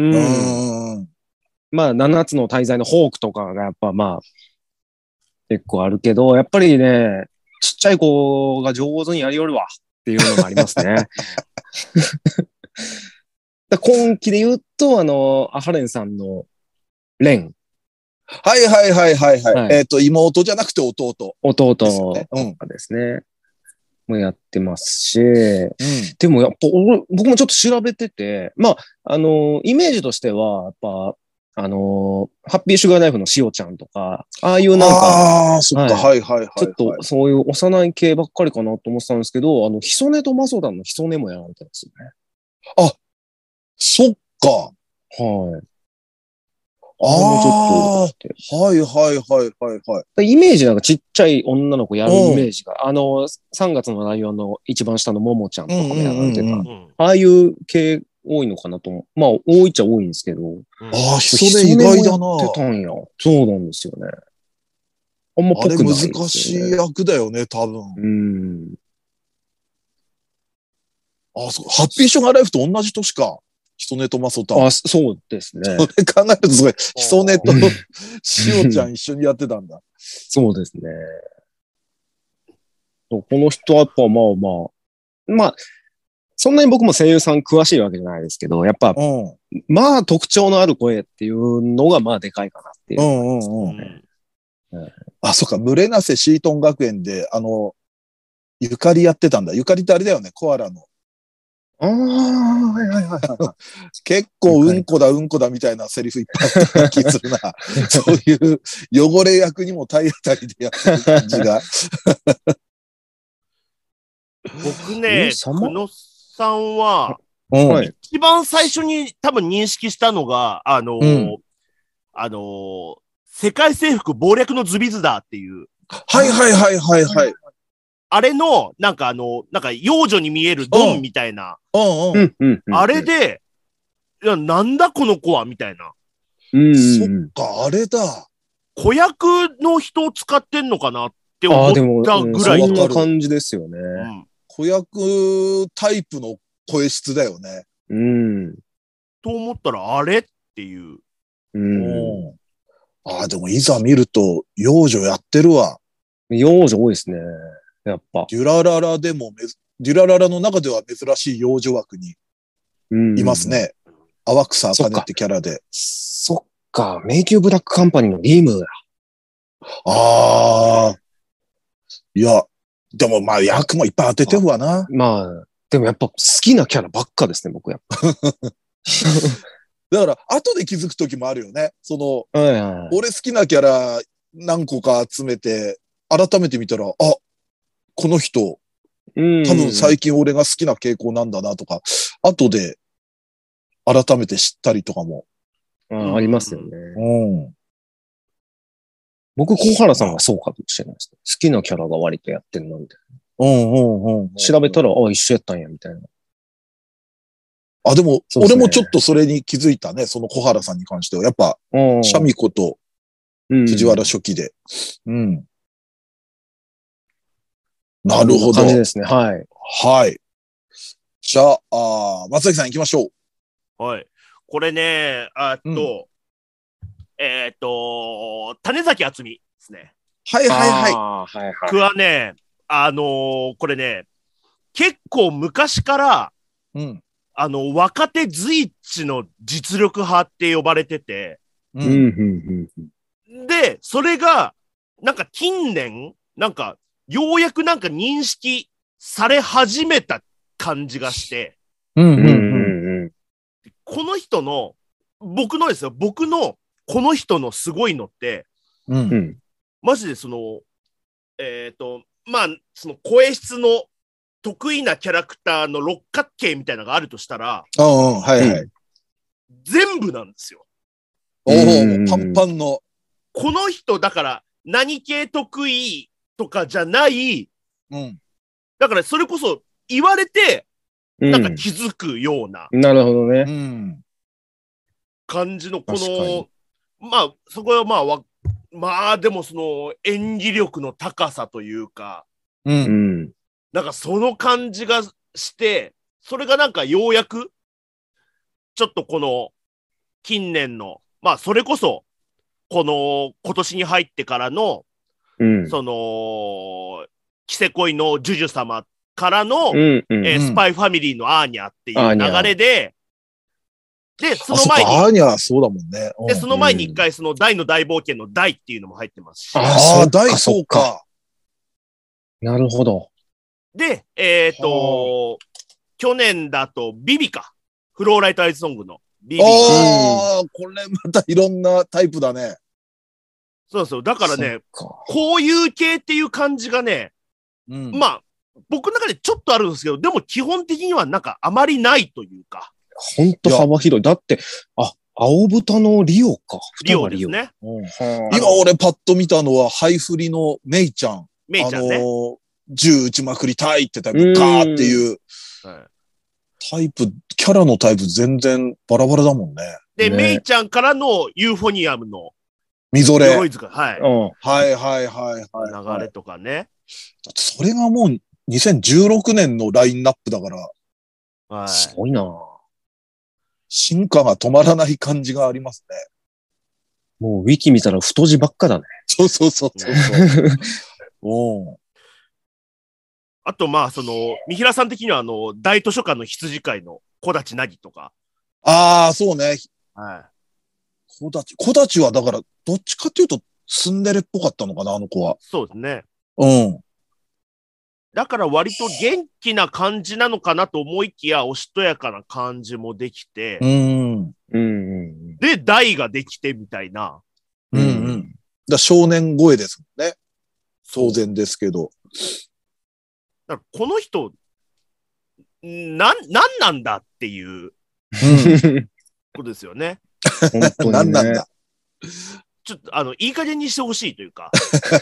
まあ、7つの大罪のホークとかがやっぱまあ、結構あるけど、やっぱりね、ちっちゃい子が上手にやりよるわっていうのもありますね。今期で言うと、アハレンさんのレン。 はいはいはいはいはい。妹じゃなくて弟。 弟ですね。もやってますし、でもやっぱ僕もちょっと調べてて、まあ、イメージとしては、やっぱ、ハッピーシュガーナイフのしおちゃんとか、ああいうなんか、 そっか、はいはいはい。 ちょっとそういう幼い系ばっかりかなと思ってたんですけど、ヒソネとマソダのヒソネもやられてるんですよね。 あ、そっか。 はい。 もうちょっと。はいはいはいはい。 イメージなんかちっちゃい女の子やるイメージが、3月のライオンの一番下のももちゃんとかもやられてた。ああいう系多いのかなと思う。まあ、多いっちゃ多いんですけど。 ヒソネ意外だな。 やってたんや。そうなんですよね。あんまぽくないですよね。 難しい役だよね、多分。そう。ハッピーシュガーライフと同じ年か。ヒソネとマソタン。 そうですね。 それ考えるとすごい。ヒソネとシオちゃん一緒にやってたんだ。 そうですね。この人はやっぱまあ、そんなに僕も声優さん詳しいわけじゃないですけど、やっぱ、まあ特徴のある声っていうのがまあでかいかなっていう。 そっか、ムレナセシートン学園で、ゆかりやってたんだ。ゆかりってあれだよね、コアラの。 はいはいはい。 結構うんこだみたいなセリフいっぱいあった気するな。そういう汚れ役にも体当たりでやってる感じが。 僕ね、久野さんは、一番最初に多分認識したのが、世界征服謀略のズビズだっていう。 はいはいはいはいはい。 あれの、なんか幼女に見えるドンみたいな。あれで、いや、なんだこの子はみたいな。 そっか、あれだ。 子役の人を使ってんのかなって思ったぐらい。 そんな感じですよね。 子役タイプの声質だよね。 と思ったら、あれっていう。 でもいざ見ると、幼女やってるわ。 幼女多いですね。やっぱ。 デュラララの中では珍しい幼女枠にいますね。淡草あかねってキャラで。 そっか、迷宮ブラックカンパニーのリムだ。 いや、でもまあ役もいっぱい当ててるわな。 まあ、でもやっぱ好きなキャラばっかですね、僕やっぱ。 だから、後で気づくときもあるよね。 はいはい、 俺好きなキャラ何個か集めて、改めて見たら、あ、この人、多分最近俺が好きな傾向なんだなとか、後で改めて知ったりとかも。 ありますよね。 うん。 僕、小原さんがそうかもしれないです。好きなキャラが割とやってるな、みたいな。調べたら、一緒やったんや、みたいな。 あ、でも、俺もちょっとそれに気づいたね。その小原さんに関しては。やっぱ、シャミ子と藤原初期で。うん。なるほど。 感じですね。はい。 はい。じゃあ、松崎さん行きましょう。はい。これね、種崎敦美ですね。 はいはいはい。 僕はね、これね、結構昔から、若手随一の実力派って呼ばれてて、で、それが、なんか近年、なんか、ようやくなんか認識され始めた感じがして、この人の、僕のこの人のすごいのって、マジでその声質の得意なキャラクターの六角形みたいなのがあるとしたら、全部なんですよ。 パンパンの。 この人、だから、何系得意とかじゃない、だからそれこそ言われて、なんか気づくような。 なるほどね。 感じの、この、まあ、そこはまあ、でもその演技力の高さというか、なんかその感じがして、それがなんかようやく、ちょっとこの近年の、まあそれこそ、この今年に入ってからの、その、キセ恋のジュジュ様からの、スパイファミリーのアーニャっていう流れで、で、その前に、 アーニャそうだもんね。 で、その前に一回、その大の大冒険の大っていうのも入ってますし。 ああ、大そうか。 なるほど。 で、去年だとビビか。フローライトアイズソングのビビ。 ああ、これまたいろんなタイプだね。 そうそう。だからね、こういう系っていう感じがね、まあ、僕の中でちょっとあるんですけど、でも基本的にはなんかあまりないというか。 ほんと幅広い。だって、青豚のリオか。 リオですね。 今俺パッと見たのは、ハイフリのメイちゃん。 メイちゃんね。 銃撃ちまくりたいってタイプ、ガーっていう。タイプ、キャラのタイプ全然バラバラだもんね。 で、メイちゃんからのユーフォニアムの。 みぞれ。 はい。 はい。 流れとかね。 それがもう2016年のラインナップだから。 すごいな。 進化が止まらない感じがありますね。 もうウィキ見たら太字ばっかだね。 そう。 あと、まあ、その、三平さん的には、大図書館の羊飼いの小立なぎとか。 ああ、そうね。 はい。 小立は、だから、どっちかというと、ツンデレっぽかったのかな、あの子は。 そうですね。 だから割と元気な感じなのかなと思いきや、おしとやかな感じもできて。で、大ができてみたいな。 少年声ですもんね。当然ですけど。 だからこの人、なんなんだっていうことですよね。 なんなんだ。 ちょっと、いい加減にしてほしいというか。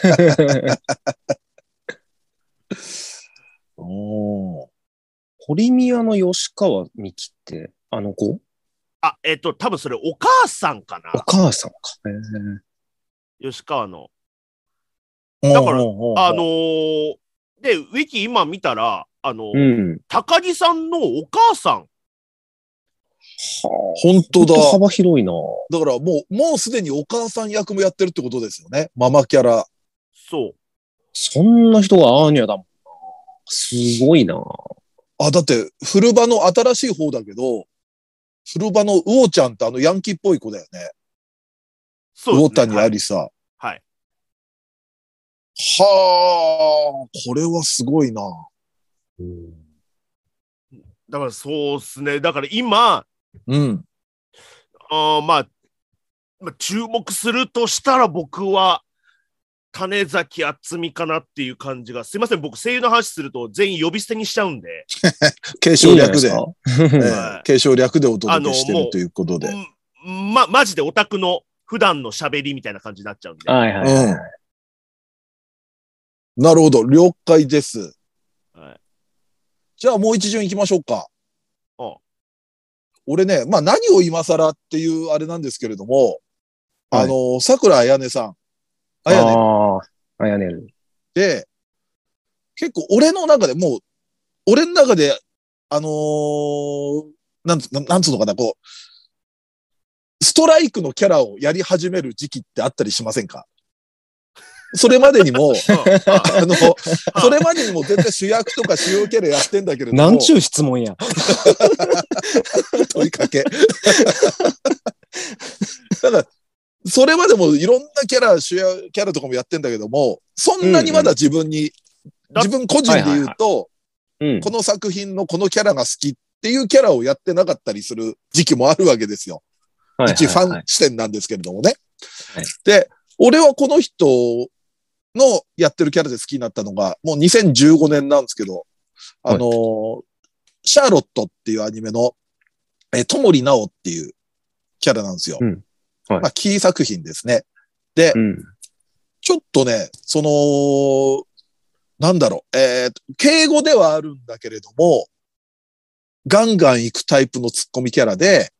ポリミアの吉川美希って、あの子？ 多分それお母さんかな。 お母さんか。 吉川の。だから、で、ウィキ今見たら、高木さんのお母さん。 本当だ。 幅広いな。 だからもうすでにお母さん役もやってるってことですよね。ママキャラ。 そう。 そんな人がアーニャだもんな。すごいな。 だって、古場の新しい方だけど、古場のウオちゃんってヤンキーっぽい子だよね。 そうですね。 魚谷ありさ。 はい。 はあ、これはすごいな。 だからそうっすね。だから今、 うん。 まあ、注目するとしたら僕は、種崎敦美かなっていう感じが。すいません、僕声優の話すると全員呼び捨てにしちゃうんで。 継承略で。継承略でお届けしてるということで。 マジでオタクの普段の喋りみたいな感じになっちゃうんで。 はいはいはい。 なるほど。了解です。はい、じゃあもう一巡行きましょうか。俺ね、まあ何を今更っていうあれなんですけれども、はい、桜彩音さん。 あやねる。 で、結構俺の中でもう、俺の中で、なんつうのかな、こう、ストライクのキャラをやり始める時期ってあったりしませんか？それまでにも、それまでにも絶対主役とか主要キャラやってんだけれども。 なんちゅう質問や。 問いかけ。だから、それまでもいろんなキャラ、主役キャラとかもやってんだけども、そんなにまだ自分個人で言うと、この作品のこのキャラが好きっていうキャラをやってなかったりする時期もあるわけですよ。一ファン視点なんですけれどもね。はい、で、俺はこの人のやってるキャラで好きになったのが、もう2015年なんですけど、シャーロットっていうアニメの、ともりなおっていうキャラなんですよ。まあ、キー作品ですね。で、ちょっとね、なんだろう、敬語ではあるんだけれども、ガンガン行くタイプのツッコミキャラで、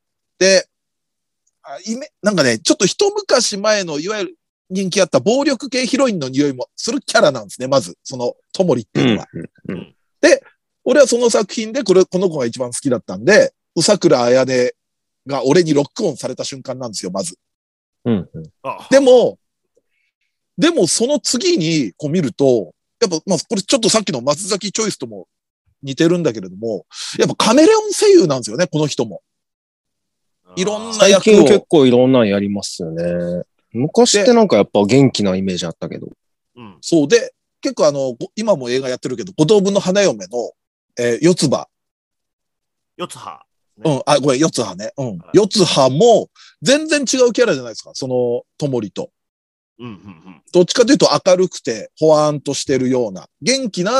なんかね、ちょっと一昔前のいわゆる人気あった暴力系ヒロインの匂いもするキャラなんですね、まず、ともりっていうのは。で、俺はその作品でこの子が一番好きだったんで、桜彩音が俺にロックオンされた瞬間なんですよ、まず。でもその次にこう見ると、やっぱ、まあ、これちょっとさっきの松崎チョイスとも似てるんだけれども、やっぱカメレオン声優なんですよね、この人も。いろんな役を。 最近結構いろんなのやりますよね。昔ってなんかやっぱ元気なイメージあったけど。 そうで、結構今も映画やってるけど、五等分の花嫁の、四つ葉。 四つ葉。 ごめん、四つ葉ね。四つ葉も、全然違うキャラじゃないですか、ともりと。どっちかというと明るくて、ほわーんとしてるような、元気っ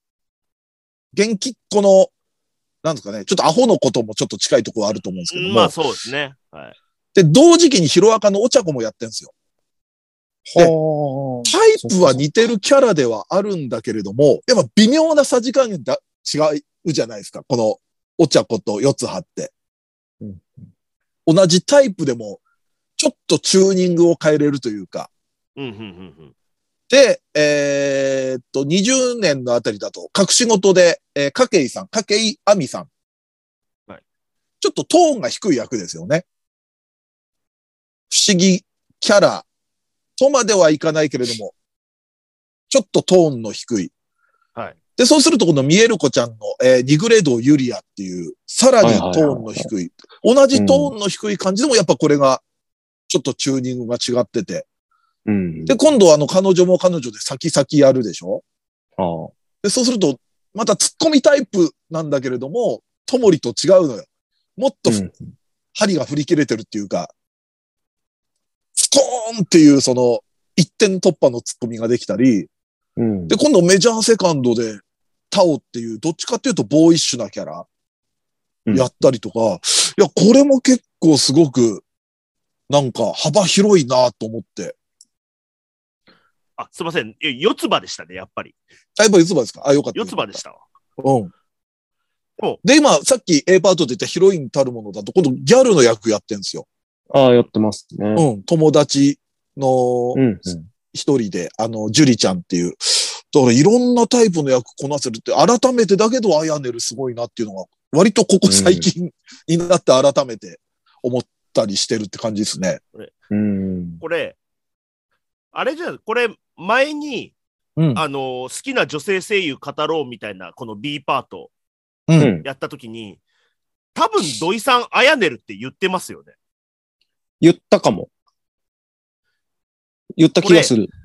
子の、なんですかね、ちょっとアホのこともちょっと近いところあると思うんですけども。 まあそうですね。はい。 で、同時期にヒロアカのお茶子もやってんですよ。で、タイプは似てるキャラではあるんだけれども、やっぱ微妙なさじ加減だ違うじゃないですか。このお茶子と四つ葉って。同じタイプでも、ちょっとチューニングを変えれるというか。で、20年のあたりだと、隠し事で、筧亜美さん。はい。ちょっとトーンが低い役ですよね。不思議キャラとまではいかないけれども、ちょっとトーンの低い。はい。で、そうするとこのミエルコちゃんの、ニグレドユリアっていう、さらにトーンの低い。同じトーンの低い感じでもやっぱこれが、ちょっとチューニングが違ってて。で、今度彼女も彼女で先々やるでしょ。で、そうすると、また突っ込みタイプなんだけれども、ともりと違うのよ。もっと、針が振り切れてるっていうか、ストーンっていう一点突破の突っ込みができたり、で、今度メジャーセカンドで、タオっていう、どっちかっていうとボーイッシュなキャラ、やったりとか、いや、これも結構すごく、なんか幅広いなと思って。 すいません。四つ葉でしたね、やっぱり。 やっぱ四つ葉ですか？よかった。 四つ葉でしたわ。 で、今、さっき A パートで言ったヒロインたるものだと、今度ギャルの役やってんですよ。 やってますね。 友達の一人で、ジュリちゃんっていう。だからいろんなタイプの役こなせるって、改めてだけどアヤネルすごいなっていうのが、割とここ最近になって改めて思ったりしてるって感じですね。 これ、あれじゃん、これ前に、好きな女性声優語ろうみたいな、この B パート、やったときに、多分土井さん、アヤネルって言ってますよね。 言ったかも。言った気がする。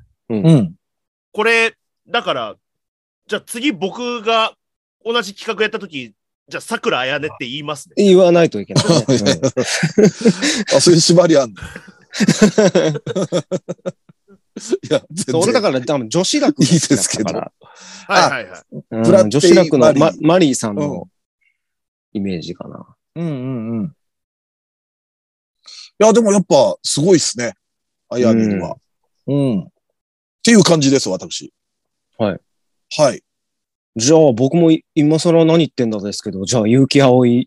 これ、だから、じゃあ次僕が同じ企画やったとき、 じゃあ、桜あやねって言いますね。 言わないといけないね。 あ、そういう縛りあんの。いや、全然俺だから多分女子楽いいですけど。 はいはいはい。 ブラッディ女子楽のマリーマリーさんのイメージかな。 うんうんうん。いや、でもやっぱすごいっすね。あやねは。っていう感じです、私。 はい。 はい。 じゃあ僕も今更何言ってんだですけど、じゃあ結城葵。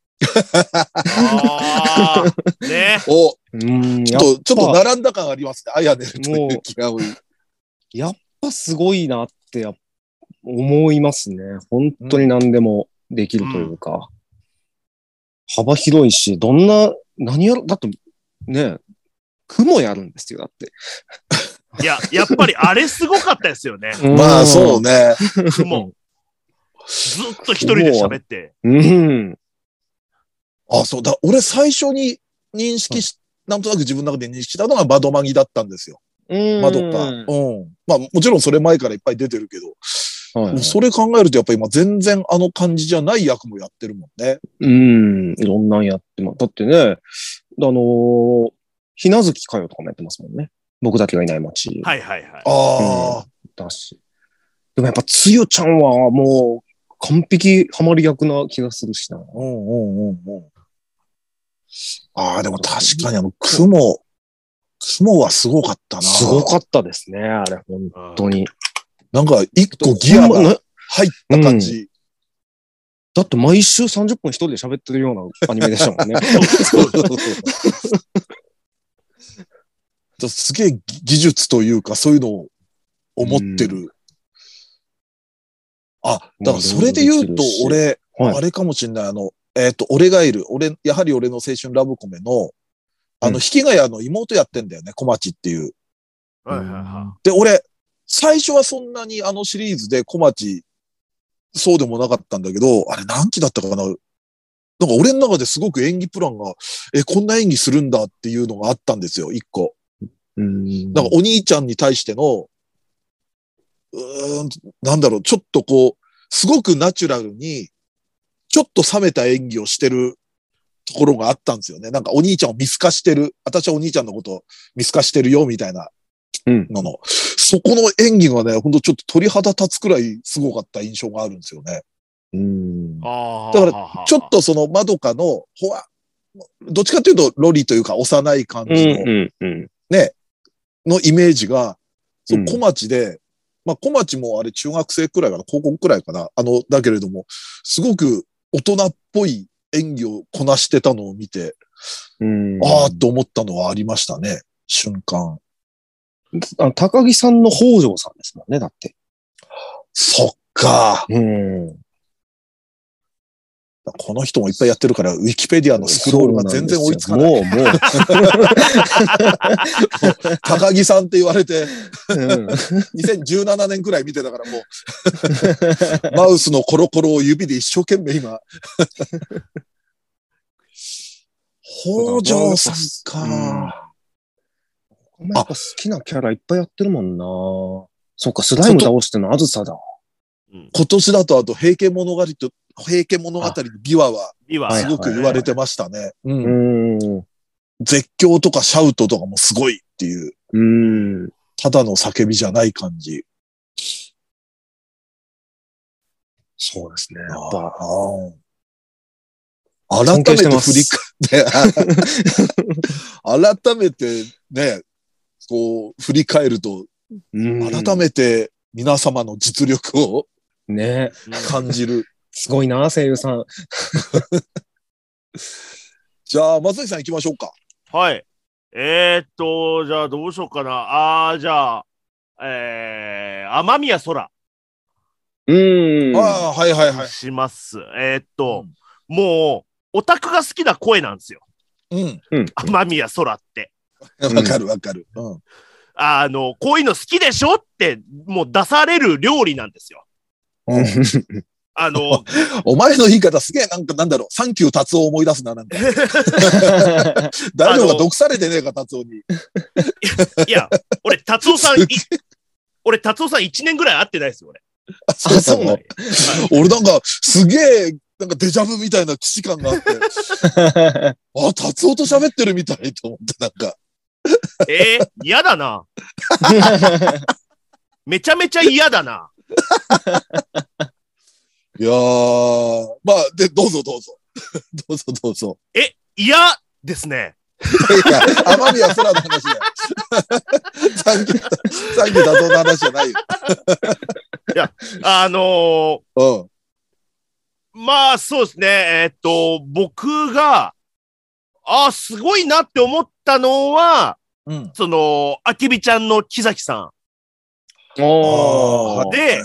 ああ、ね。 ちょっと並んだ感ありますね。あやねと結城葵。 やっぱすごいなって思いますね。本当に何でもできるというか。幅広いし、何やる、だってね、雲やるんですよ、だって。 いや、やっぱりあれすごかったですよね。 まあそうね。 雲。ずっと一人で喋って。 あ、そうだ。俺最初に認識なんとなく自分の中で認識したのがバドマギだったんですよ。まどか。まあもちろんそれ前からいっぱい出てるけど。それ考えるとやっぱり今全然あの感じじゃない役もやってるもんね。 いろんなんやってます。だってね、ひなずきかよとかもやってますもんね。僕だけがいない街。 はいはいはい。 ああ。だし。でもやっぱつよちゃんはもう完璧ハマり役な気がするしな。 ああ、でも確かに雲はすごかったな。 すごかったですね、あれ、本当に。 なんか一個ギアが入った感じ。 だって毎週30分一人で喋ってるようなアニメでしたもんね。 すげえ技術というかそういうのを思ってる。だからそれで言うと俺、あれかもしんない。俺がいる、やはり俺の青春ラブコメの、引きがやの妹やってんだよね、小町っていう。で、俺、最初はそんなにシリーズで小町、そうでもなかったんだけど、あれ何期だったかな。なんか俺の中ですごく演技プランが、こんな演技するんだっていうのがあったんですよ、一個。なんかお兄ちゃんに対しての、なんだろう、ちょっとこう、すごくナチュラルに、ちょっと冷めた演技をしてるところがあったんですよね。なんかお兄ちゃんを見透かしてる。私はお兄ちゃんのことを見透かしてるよ、みたいなの。そこの演技がね、ほんとちょっと鳥肌立つくらいすごかった印象があるんですよね。だから、ちょっとそのまどかの、どっちかというとロリというか幼い感じの、ね、のイメージが、小町で、まあ小町もあれ中学生くらいかな、高校くらいかな。だけれども、すごく大人っぽい演技をこなしてたのを見て、ああと思ったのはありましたね、瞬間。 高木さんの北条さんですもんね、だって。 そっか。この人もいっぱいやってるから、ウィキペディアのスクロールが全然追いつかない。もう。高木さんって言われて、2017年くらい見てたからもう、マウスのコロコロを指で一生懸命今。北条さんか。 やっぱ好きなキャラいっぱいやってるもんな。そっか、スライム倒してのあずさだ。 今年だとあと平家物語のビワはすごく言われてましたね。絶叫とかシャウトとかもすごいっていう。ただの叫びじゃない感じ。 そうですね。やっぱ。 改めて振り返って、改めてね、こう振り返ると、改めて皆様の実力をね感じる。 すごいな、声優さん。 じゃあ、松崎さん行きましょうか。 はい。じゃあどうしようかな。じゃあ、雨宮空。 はいはいはい。 します。もう、オタクが好きな声なんですよ。雨宮空って。 わかるわかる。 こういうの好きでしょって、もう出される料理なんですよ。 お前の言い方すげえなんだろう、サンキュー達夫を思い出すな、なんか。大丈夫か、毒されてねえか、達夫に。 いや、俺、達夫さん1年ぐらい会ってないですよ、俺。 そうなの。俺なんか、すげえなんかデジャブみたいな既視感があって、あ、達夫と喋ってるみたいと思って、なんか。 嫌だな。めちゃめちゃ嫌だな。 いやー、まあ、で、どうぞどうぞ。どうぞどうぞ。 嫌ですね。 いや、天宮空の話だよ。サンキュー達夫の話じゃないよ。 いや、 うん。 まあ、そうですね。僕が、すごいなって思ったのは、 うん。 あきびちゃんの木崎さおー。 で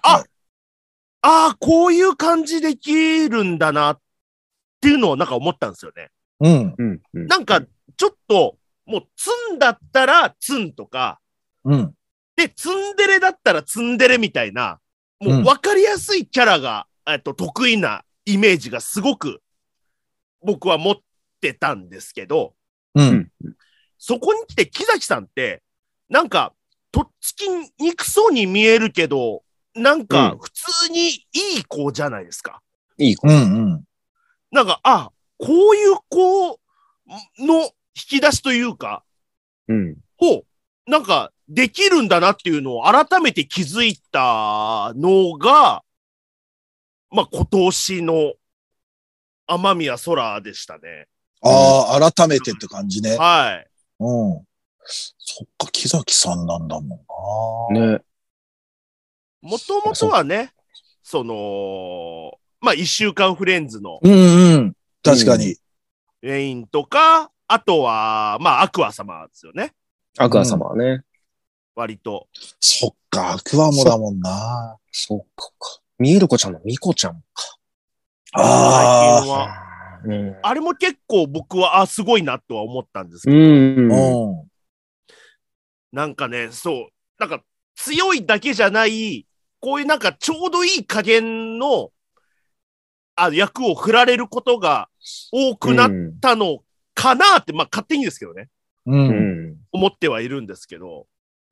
こういう感じできるんだなっていうのをなんか思ったんですよね。 うん。 なんか、ちょっと、もう、ツンだったらツンとか、 うん。 で、ツンデレだったらツンデレみたいな、もう分かりやすいキャラが、得意なイメージがすごく、僕は持ってたんですけど、 うん。 そこに来て木崎さんって、なんか、とっつきにくそうに見えるけど、なんか、普通にいい子じゃないですか。 いい子。 うん。 なんか、こういう子の引き出しというか、なんか、できるんだなっていうのを改めて気づいたのが、まあ、今年の天宮空でしたね。 改めてって感じね。 はい。 うん。そっか、木崎さんなんだもんな。 ね。 もともとはね、まあ、一週間フレンズの。 確かに。 メインとか、あとは、まあ、アクア様ですよね。 アクア様はね。 割と。 そっか、アクアもだもんな。 そっか。ミエルコちゃんのミコちゃんか。 最近は。 うん、 あれも結構僕は、すごいなとは思ったんですけど。 なんかね、なんか強いだけじゃない、こういうなんかちょうどいい加減の、役を振られることが多くなったのかなって、まあ勝手にですけどね。思ってはいるんですけど。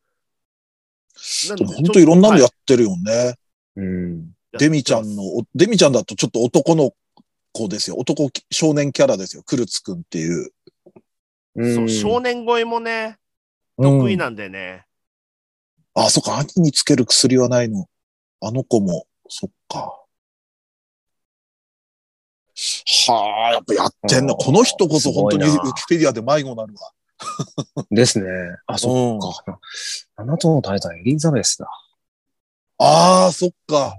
本当いろんなのやってるよね。デミちゃんだとちょっと男の子ですよ。少年キャラですよ。クルツくんっていう。 そう、少年声もね、得意なんでね。 そっか、兄につける薬はないの。あの子も、そっか。やっぱやってんの。この人こそ本当にウィキペディアで迷子なるわ。 ですね。そっか。あなたの大体エリザベスだ。 そっか。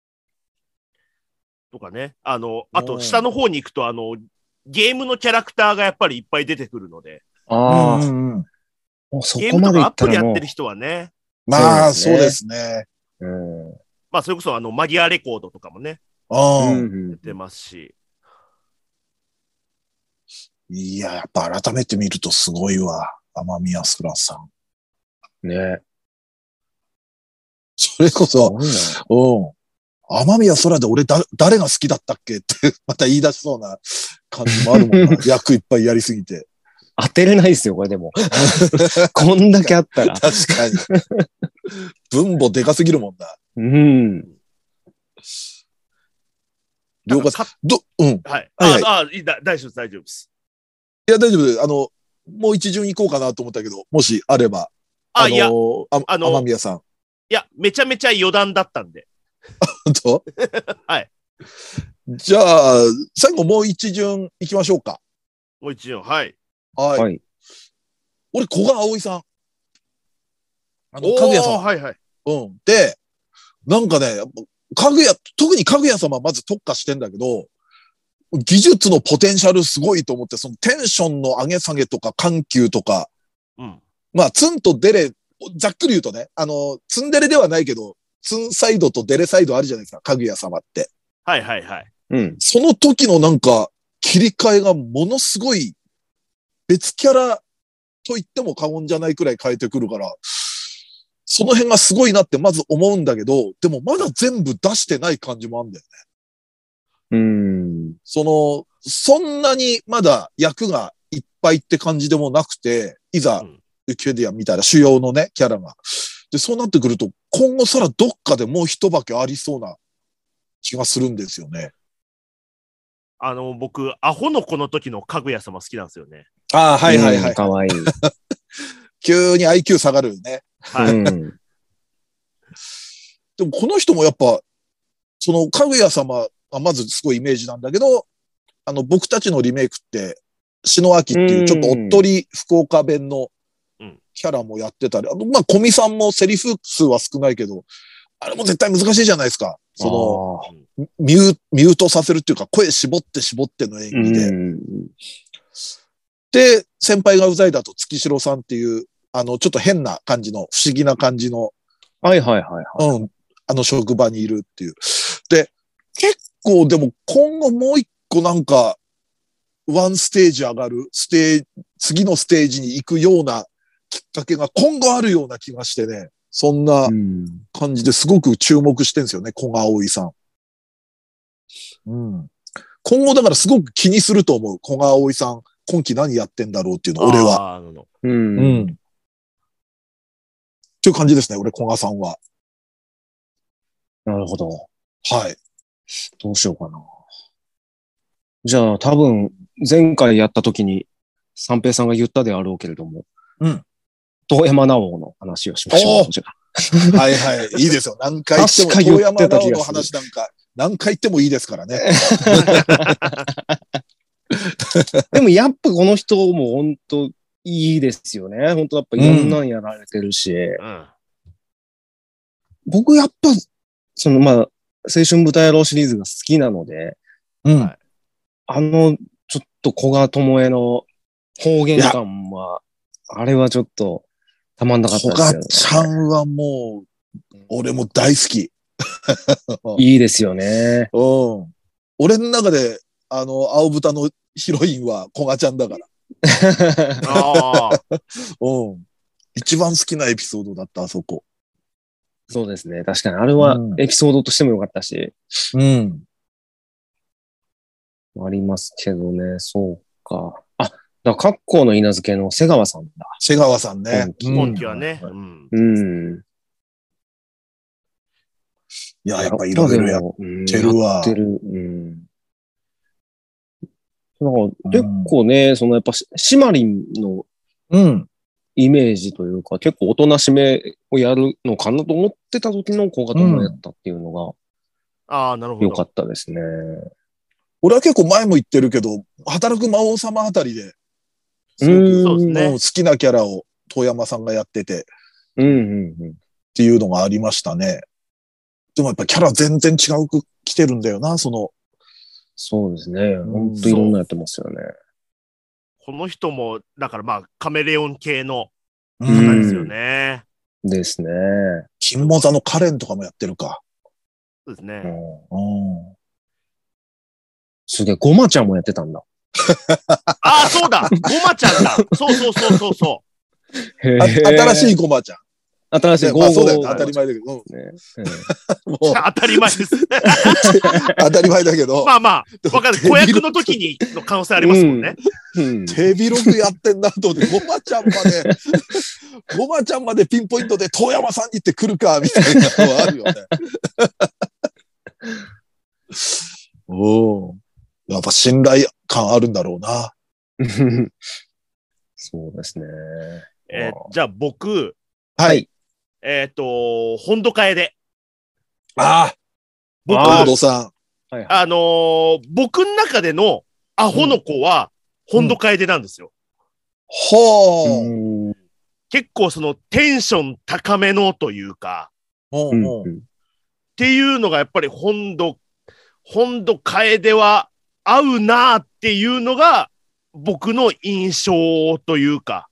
とかね。あと下の方に行くと、ゲームのキャラクターがやっぱりいっぱい出てくるので。 そこまでアプリやってる人はね。 まあ、そうですね。 まあ、それこそマギアレコードとかもね。出てますし。 いや、やっぱ改めて見るとすごいわ。天宮空さん。 ね。 それこそ、天宮空で俺誰が好きだったっけってまた言い出しそうな感じもあるもんな。役いっぱいやりすぎて。 当てれないですよ、これでも。こんだけあったら。 確かに。分母でかすぎるもんな。了解。 はい。大丈夫です、大丈夫です。 いや、大丈夫です。もう一巡行こうかなと思ったけど、もしあれば。天宮さん。 いや、めちゃめちゃ余談だったんで。 本当？ はい。 じゃあ、最後もう一巡行きましょうか。 もう一巡、はい。 はい。俺、古賀葵さん。かぐや様。 はいはい。 で、なんかね、特にかぐや様まず特化してんだけど、技術のポテンシャルすごいと思って、そのテンションの上げ下げとか緩急とか、まあ、ツンとデレ、ざっくり言うとね、ツンデレではないけど、ツンサイドとデレサイドあるじゃないですか、かぐや様って。 はいはいはい。 その時のなんか、切り替えがものすごい、別キャラと言っても過言じゃないくらい変えてくるから、その辺がすごいなってまず思うんだけど、でもまだ全部出してない感じもあるんだよね。そんなにまだ役がいっぱいって感じでもなくて、いざ、ウィキペディアみたいな主要のね、キャラが。で、そうなってくると、今後さらどっかでもう一化けありそうな気がするんですよね。 僕、アホの子の時のかぐや様好きなんですよね。 ああ、はいはいはい。 かわいい。 急に IQ 下がるよね。 はい。 うん。 でもこの人もやっぱ、その、かぐや様がまずすごいイメージなんだけど、僕たちのリメイクって、篠明っていうちょっとおっとり福岡弁のキャラもやってたり、まあ、小見さんもセリフ数は少ないけど、あれも絶対難しいじゃないですか。その、ミュートさせるっていうか、声絞っての演技で。で、先輩がうざいだと月城さんっていう、ちょっと変な感じの、不思議な感じの、 はいはいはいはい。 うん、職場にいるっていう。で、結構でも今後もう一個なんか、ワンステージ上がる、次のステージに行くようなきっかけが今後あるような気がしてね、そんな感じですごく注目してるんですよね、古賀葵さん。うん。今後だからすごく気にすると思う、古賀葵さん。今期何やってんだろうっていうの、俺は。うん。っていう感じですね、俺、古賀さんは。 なるほど。 はい。 どうしようかな。じゃあ、多分、前回やった時に、三平さんが言ったであろうけれども、 うん。 遠山直央の話をしましょう。 はいはい。いいですよ。何回言っても、遠山直央の話なんか、何回言ってもいいですからね。 でもやっぱこの人も本当いいですよね。本当やっぱいろんなんやられてるし。僕やっぱ、まあ、青春舞台野郎シリーズが好きなので、ちょっと古賀智恵の方言感は、あれはちょっとたまんなかったですよね。 古賀ちゃんはもう、俺も大好き。 いいですよね。 俺の中で、青豚のヒロインは古賀ちゃんだから。一番好きなエピソードだった、あそこ。 そうですね。確かに。あれはエピソードとしてもよかったし。ありますけどね。そうか。格好の稲付けの瀬川さんだ。 瀬川さんね。 今期はね。 いや、やっぱいろいろやってるわ。 結構ね、やっぱシマリンのイメージというか、結構おとなしめをやるのかなと思ってた時の古賀智恵やったっていうのが、 なるほど。 よかったですね。 俺は結構前も言ってるけど、働く魔王様あたりで、 そうですね。 好きなキャラを遠山さんがやってて、っていうのがありましたね。でもやっぱキャラ全然違うく来てるんだよな、 そうですね。本当いろんなやってますよね。 この人も、だからまあ、カメレオン系の方ですよね。 ですね。 金モザのカレンとかもやってるか。 そうですね。 すげえ、ゴマちゃんもやってたんだ。 そうだゴマちゃんだそう。 新しいゴマちゃん。 新しいゴマ。そうだよ、当たり前だけど。 当たり前です。 当たり前だけど。 まあまあ、わかる。子役の時にの可能性ありますもんね。 手広くやってんなと思って、ゴマちゃんまでピンポイントで遠山さんにって来るか、みたいなのはあるよね。やっぱ信頼感あるんだろうな。 そうですね。 じゃあ僕。 はい。 本土楓。 僕、本土さん。 僕の中でのアホの子は本土楓なんですよ。結構テンション高めのというか、っていうのがやっぱり本土楓は合うなっていうのが僕の印象というか、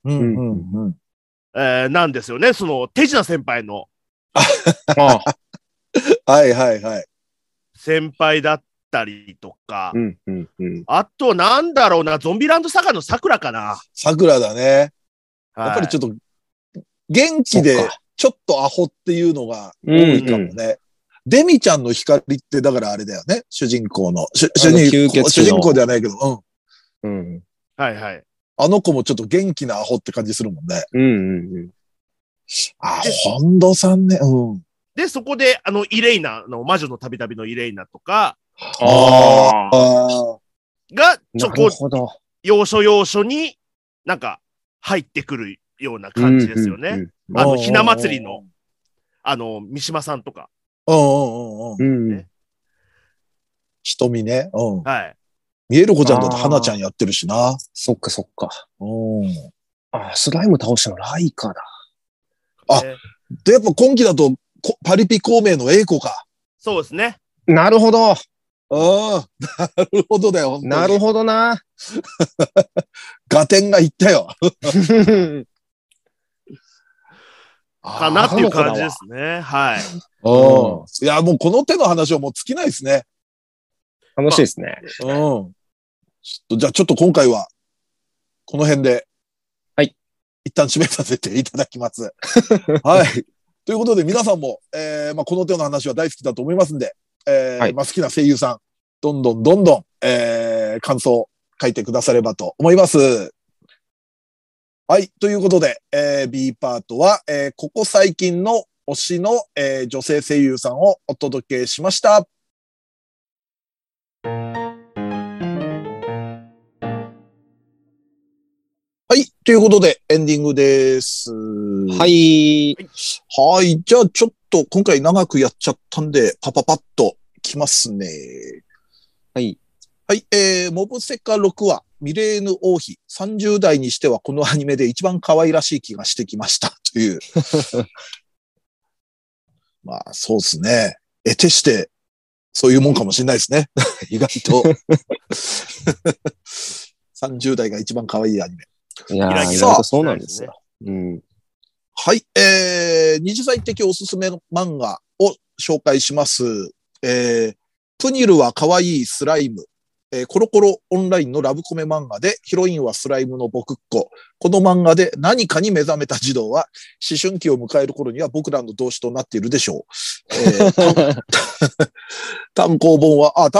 なんですよね。手品先輩の。 はいはいはい。 先輩だったりとか。あと、なんだろうな、ゾンビランドサガの桜かな。 桜だね。やっぱりちょっと、元気で、ちょっとアホっていうのが多いかもね。デミちゃんの光って、だからあれだよね。主人公の。主人公ではないけど、 はいはい。 あの子もちょっと元気なアホって感じするもんね。本土さんね。 で、そこで、イレイナの魔女の旅々のイレイナとか、 ああ。 が、ちょなるほど。 要所要所になんか入ってくるような感じですよね。ひな祭りの、三島さんとか。 ね、瞳ね。 はい。 見える子ちゃんだと花ちゃんやってるしな。 そっかそっか。スライム倒したのライカだ。 で、やっぱ今期だと、パリピ孔明の栄子か。 そうですね。 なるほど。 なるほどだよ。 なるほどな。 合点がいったよ。 かなっていう感じですね。はい。 いや、もうこの手の話はもう尽きないですね。 楽しいですね。 じゃあちょっと今回は、この辺で、 はい。 一旦締めさせていただきます。はい。ということで皆さんも、この手の話は大好きだと思いますんで、好きな声優さん、どんどん、感想書いてくださればと思います。はい。ということで、B パートは、ここ最近の推しの、女性声優さんをお届けしました。はい。ということで、エンディングです。 はい。 はい。じゃあ、ちょっと今回長くやっちゃったんで、パパッときますね。 はい。 はい。モブセカ6話、ミレーヌ王妃、30代にしてはこのアニメで一番可愛らしい気がしてきました。という。まあ、そうですね。得てして、そういうもんかもしれないですね。意外と。30代が一番可愛いアニメ。 いやー、意外とそうなんですよ。 はい。二次祭的おすすめの漫画を紹介します。プニルは可愛いスライム。コロコロオンラインのラブコメ漫画で、ヒロインはスライムの僕っ子。この漫画で何かに目覚めた児童は、思春期を迎える頃には僕らの同志となっているでしょう。単行本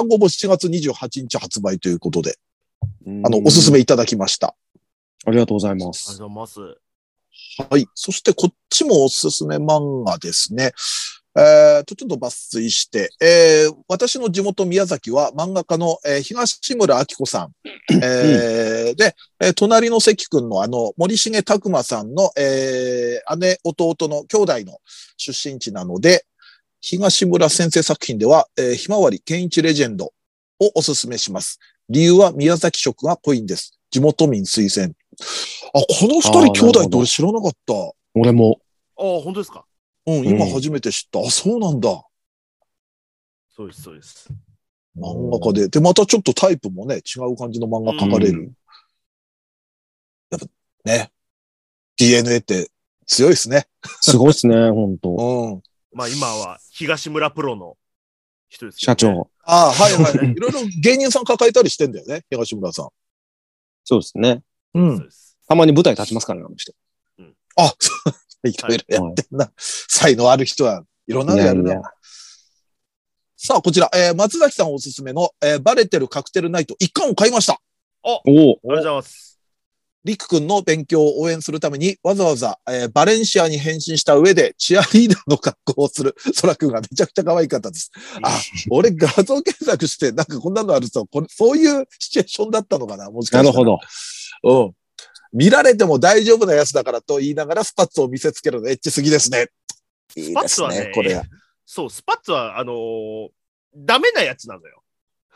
7月28日発売ということで、おすすめいただきました。 ありがとうございます。 ありがとうございます。 はい。そしてこっちもおすすめ漫画ですね。ちょっと抜粋して、私の地元宮崎は漫画家の、東村明子さん。で、隣の関君の森重拓馬さんの、姉、弟の兄弟の出身地なので、東村先生作品では、ひまわり健一レジェンドをおすすめします。理由は宮崎色が濃いんです。地元民推薦。この二人兄弟って俺知らなかった。 俺も。 本当ですか？ 今初めて知った。そうなんだ。 そうです、そうです。 漫画家で。で、またちょっとタイプもね、違う感じの漫画描かれる。やっぱね、DNA って強いですね。 すごいですね、本当。 まあ今は東村プロの人ですけど、ね。社長。 はい。いろいろ芸人さん抱えたりしてんだよね、東村さん。 そうですね。たまに舞台立ちますからね、あの人。 いろいろやってんな。才能ある人はいろんなのやるな。さあ、こちら、松崎さんおすすめの、バレてるカクテルナイト1巻を買いました。 ありがとうございます。 リク君の勉強を応援するためにわざわざ、バレンシアに変身した上でチアリーダーの格好をするソラ君がめちゃくちゃ可愛かったです。俺画像検索してなんかこんなのあると、そういうシチュエーションだったのかな、もしかしたら。 なるほど。 見られても大丈夫なやつだからと言いながらスパッツを見せつけるのエッチすぎですね。 スパッツはね、これ。そう、スパッツは、ダメなやつなのよ。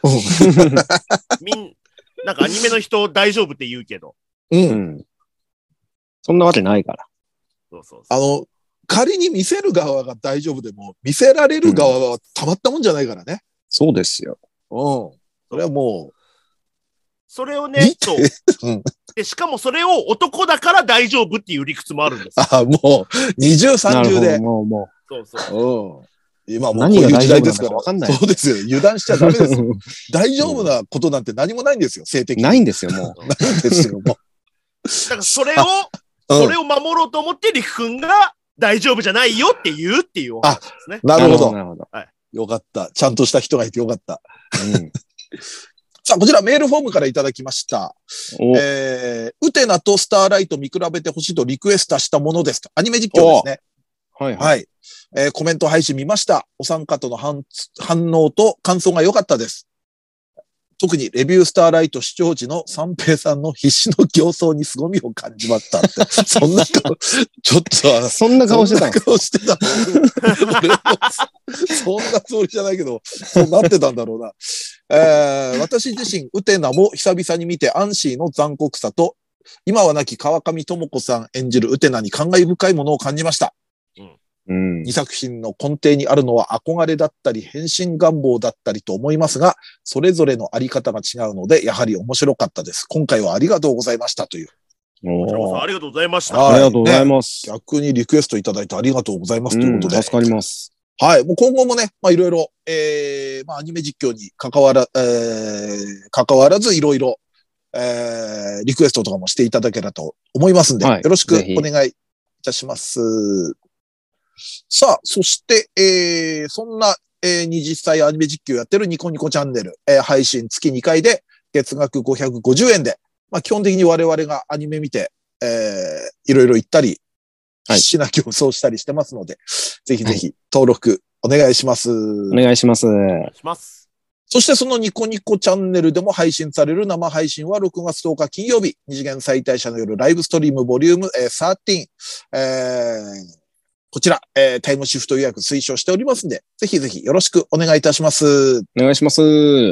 なんかアニメの人大丈夫って言うけど。 そんなわけないから。 そう仮に見せる側が大丈夫でも、見せられる側はたまったもんじゃないからね。 そうですよ。 それはもう。 それをね、で、しかもそれを男だから大丈夫っていう理屈もあるんですよ。 もう、二重三重で。 もう。そう。 今もうこういう時代ですから。 わかんない。 そうですよ。油断しちゃダメですよ。大丈夫なことなんて何もないんですよ、性的に。 ないんですよ、もう。ないんですよ、もう。 だからそれを守ろうと思って、りくくんが大丈夫じゃないよって言うっていうお話ですね。 なるほど。よかった。ちゃんとした人がいてよかった。さあ、こちらメールフォームからいただきました。ウテナとスターライト見比べてほしいとリクエストしたものですと。アニメ実況ですね。 はい。 コメント配信見ました。お三方の反応と感想が良かったです。特にレビュースターライト視聴時の三平さんの必死の形相に凄みを感じましたって。そんな顔、ちょっと、 そんな顔してたんですか？ そんな顔してた。そんなつもりじゃないけど、そうなってたんだろうな。私自身、ウテナも久々に見て、アンシーの残酷さと、今は亡き川上智子さん演じるウテナに感慨深いものを感じました。2作品の根底にあるのは憧れだったり変身願望だったりと思いますが、それぞれのあり方が違うので、やはり面白かったです。今回はありがとうございましたという。 こちらこそありがとうございました。 ありがとうございます。 逆にリクエストいただいてありがとうございますということで。 助かります。 はい。もう今後もね、いろいろ、アニメ実況に関わらずいろいろ、リクエストとかもしていただけたらと思いますんで、よろしくお願いいたします。さあ、そして、そんな、20歳アニメ実況やってるニコニコチャンネル、配信月2回で月額550円で、基本的に我々がアニメ見て、いろいろ言ったり、必死な競争したりしてますので、ぜひぜひ登録お願いします。お願いします。 そしてそのニコニコチャンネルでも配信される生配信は6月10日金曜日、二次元再退社の夜ライブストリームボリューム13、こちら、タイムシフト予約推奨しておりますんで、ぜひぜひよろしくお願いいたします。 お願いします。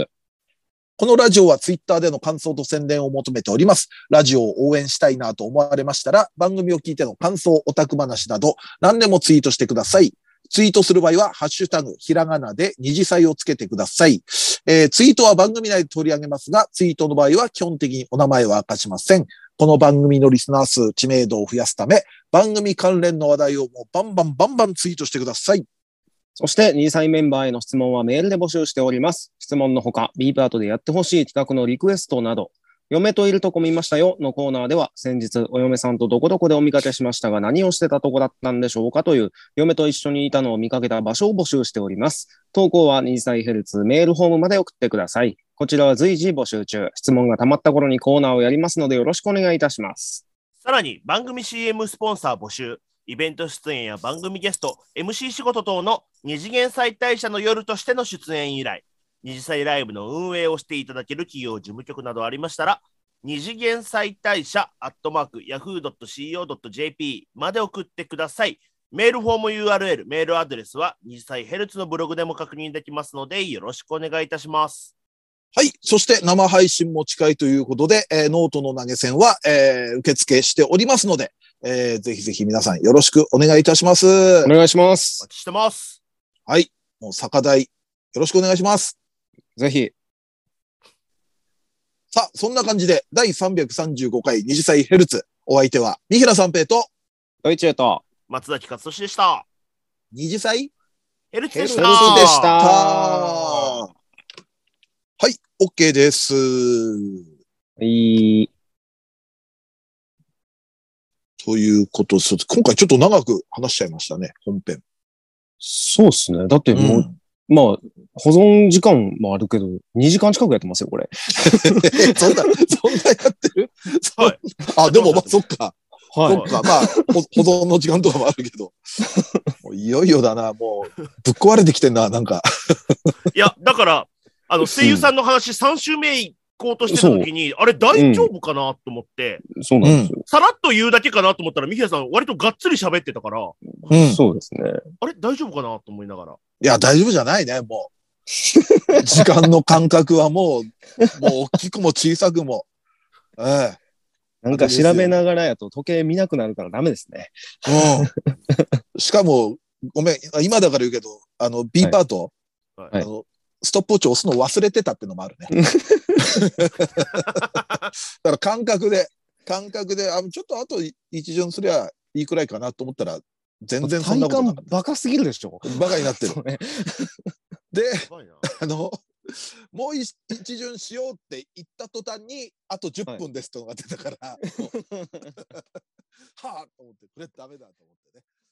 このラジオはツイッターでの感想と宣伝を求めております。ラジオを応援したいなと思われましたら、番組を聞いての感想、オタク話など、何でもツイートしてください。ツイートする場合は、ハッシュタグ、ひらがなで二次祭をつけてください。ツイートは番組内で取り上げますが、ツイートの場合は基本的にお名前は明かしません。この番組のリスナー数、知名度を増やすため、番組関連の話題をもうバンバンツイートしてください。 そして、2歳メンバーへの質問はメールで募集しております。質問のほか、B パートでやってほしい企画のリクエストなど、嫁といるとこ見ましたよのコーナーでは、先日お嫁さんとどこどこでお見かけしましたが何をしてたとこだったんでしょうかという、嫁と一緒にいたのを見かけた場所を募集しております。投稿は2歳ヘルツメールフォームまで送ってください。こちらは随時募集中。質問が溜まった頃にコーナーをやりますのでよろしくお願いいたします。 さらに番組 CM スポンサー募集。イベント出演や番組ゲスト、MC 仕事等の二次元再退社の夜としての出演依頼、二次祭ライブの運営をしていただける企業事務局などありましたら、二次元再退社@yahoo.co.jp まで送ってください。メールフォーム URL、メールアドレスは二次祭ヘルツのブログでも確認できますので、よろしくお願いいたします。 はい。そして生配信も近いということで、ノートの投げ銭は、受付しておりますので、ぜひぜひ皆さんよろしくお願いいたします。 お願いします。 お待ちしてます。 はい。もう酒代よろしくお願いします。 ぜひ。 さあ、そんな感じで第335回二次祭ヘルツ。お相手は三平三平とドイチェーと松崎勝利でした。 二次祭ヘルツでした。 はい、OK です。ということです。今回ちょっと長く話しちゃいましたね、本編。 そうですね。だってもう、まあ、保存時間もあるけど、2時間近くやってますよ、これ。 そんなやってる？はい。あ、でもそっか。はい。そっか。保存の時間とかもあるけど。もういよいよだな、もう、ぶっ壊れてきてんな、なんか。 いや、だから、声優さんの話3週目行こうとしてた時に、あれ大丈夫かなと思って、 そうなんですよ。 さらっと言うだけかなと思ったら、三平さん割とがっつり喋ってたから、 そうですね。 あれ大丈夫かなと思いながら。 いや、大丈夫じゃないね、もう。時間の感覚はもう大きくも小さくも。 なんか調べながらやと時計見なくなるからダメですね。 しかも、ごめん、今だから言うけど、B パート、ストップウォッチ押すの忘れてたってのもあるね。だから感覚で、ちょっとあと一巡すりゃいいくらいかなと思ったら、全然そんなことなかった。 体感バカすぎるでしょ。 バカになってる。で、もう一巡しようって言った途端に、あと10分ですってのが出たから、はぁと思って、これダメだと思ってね。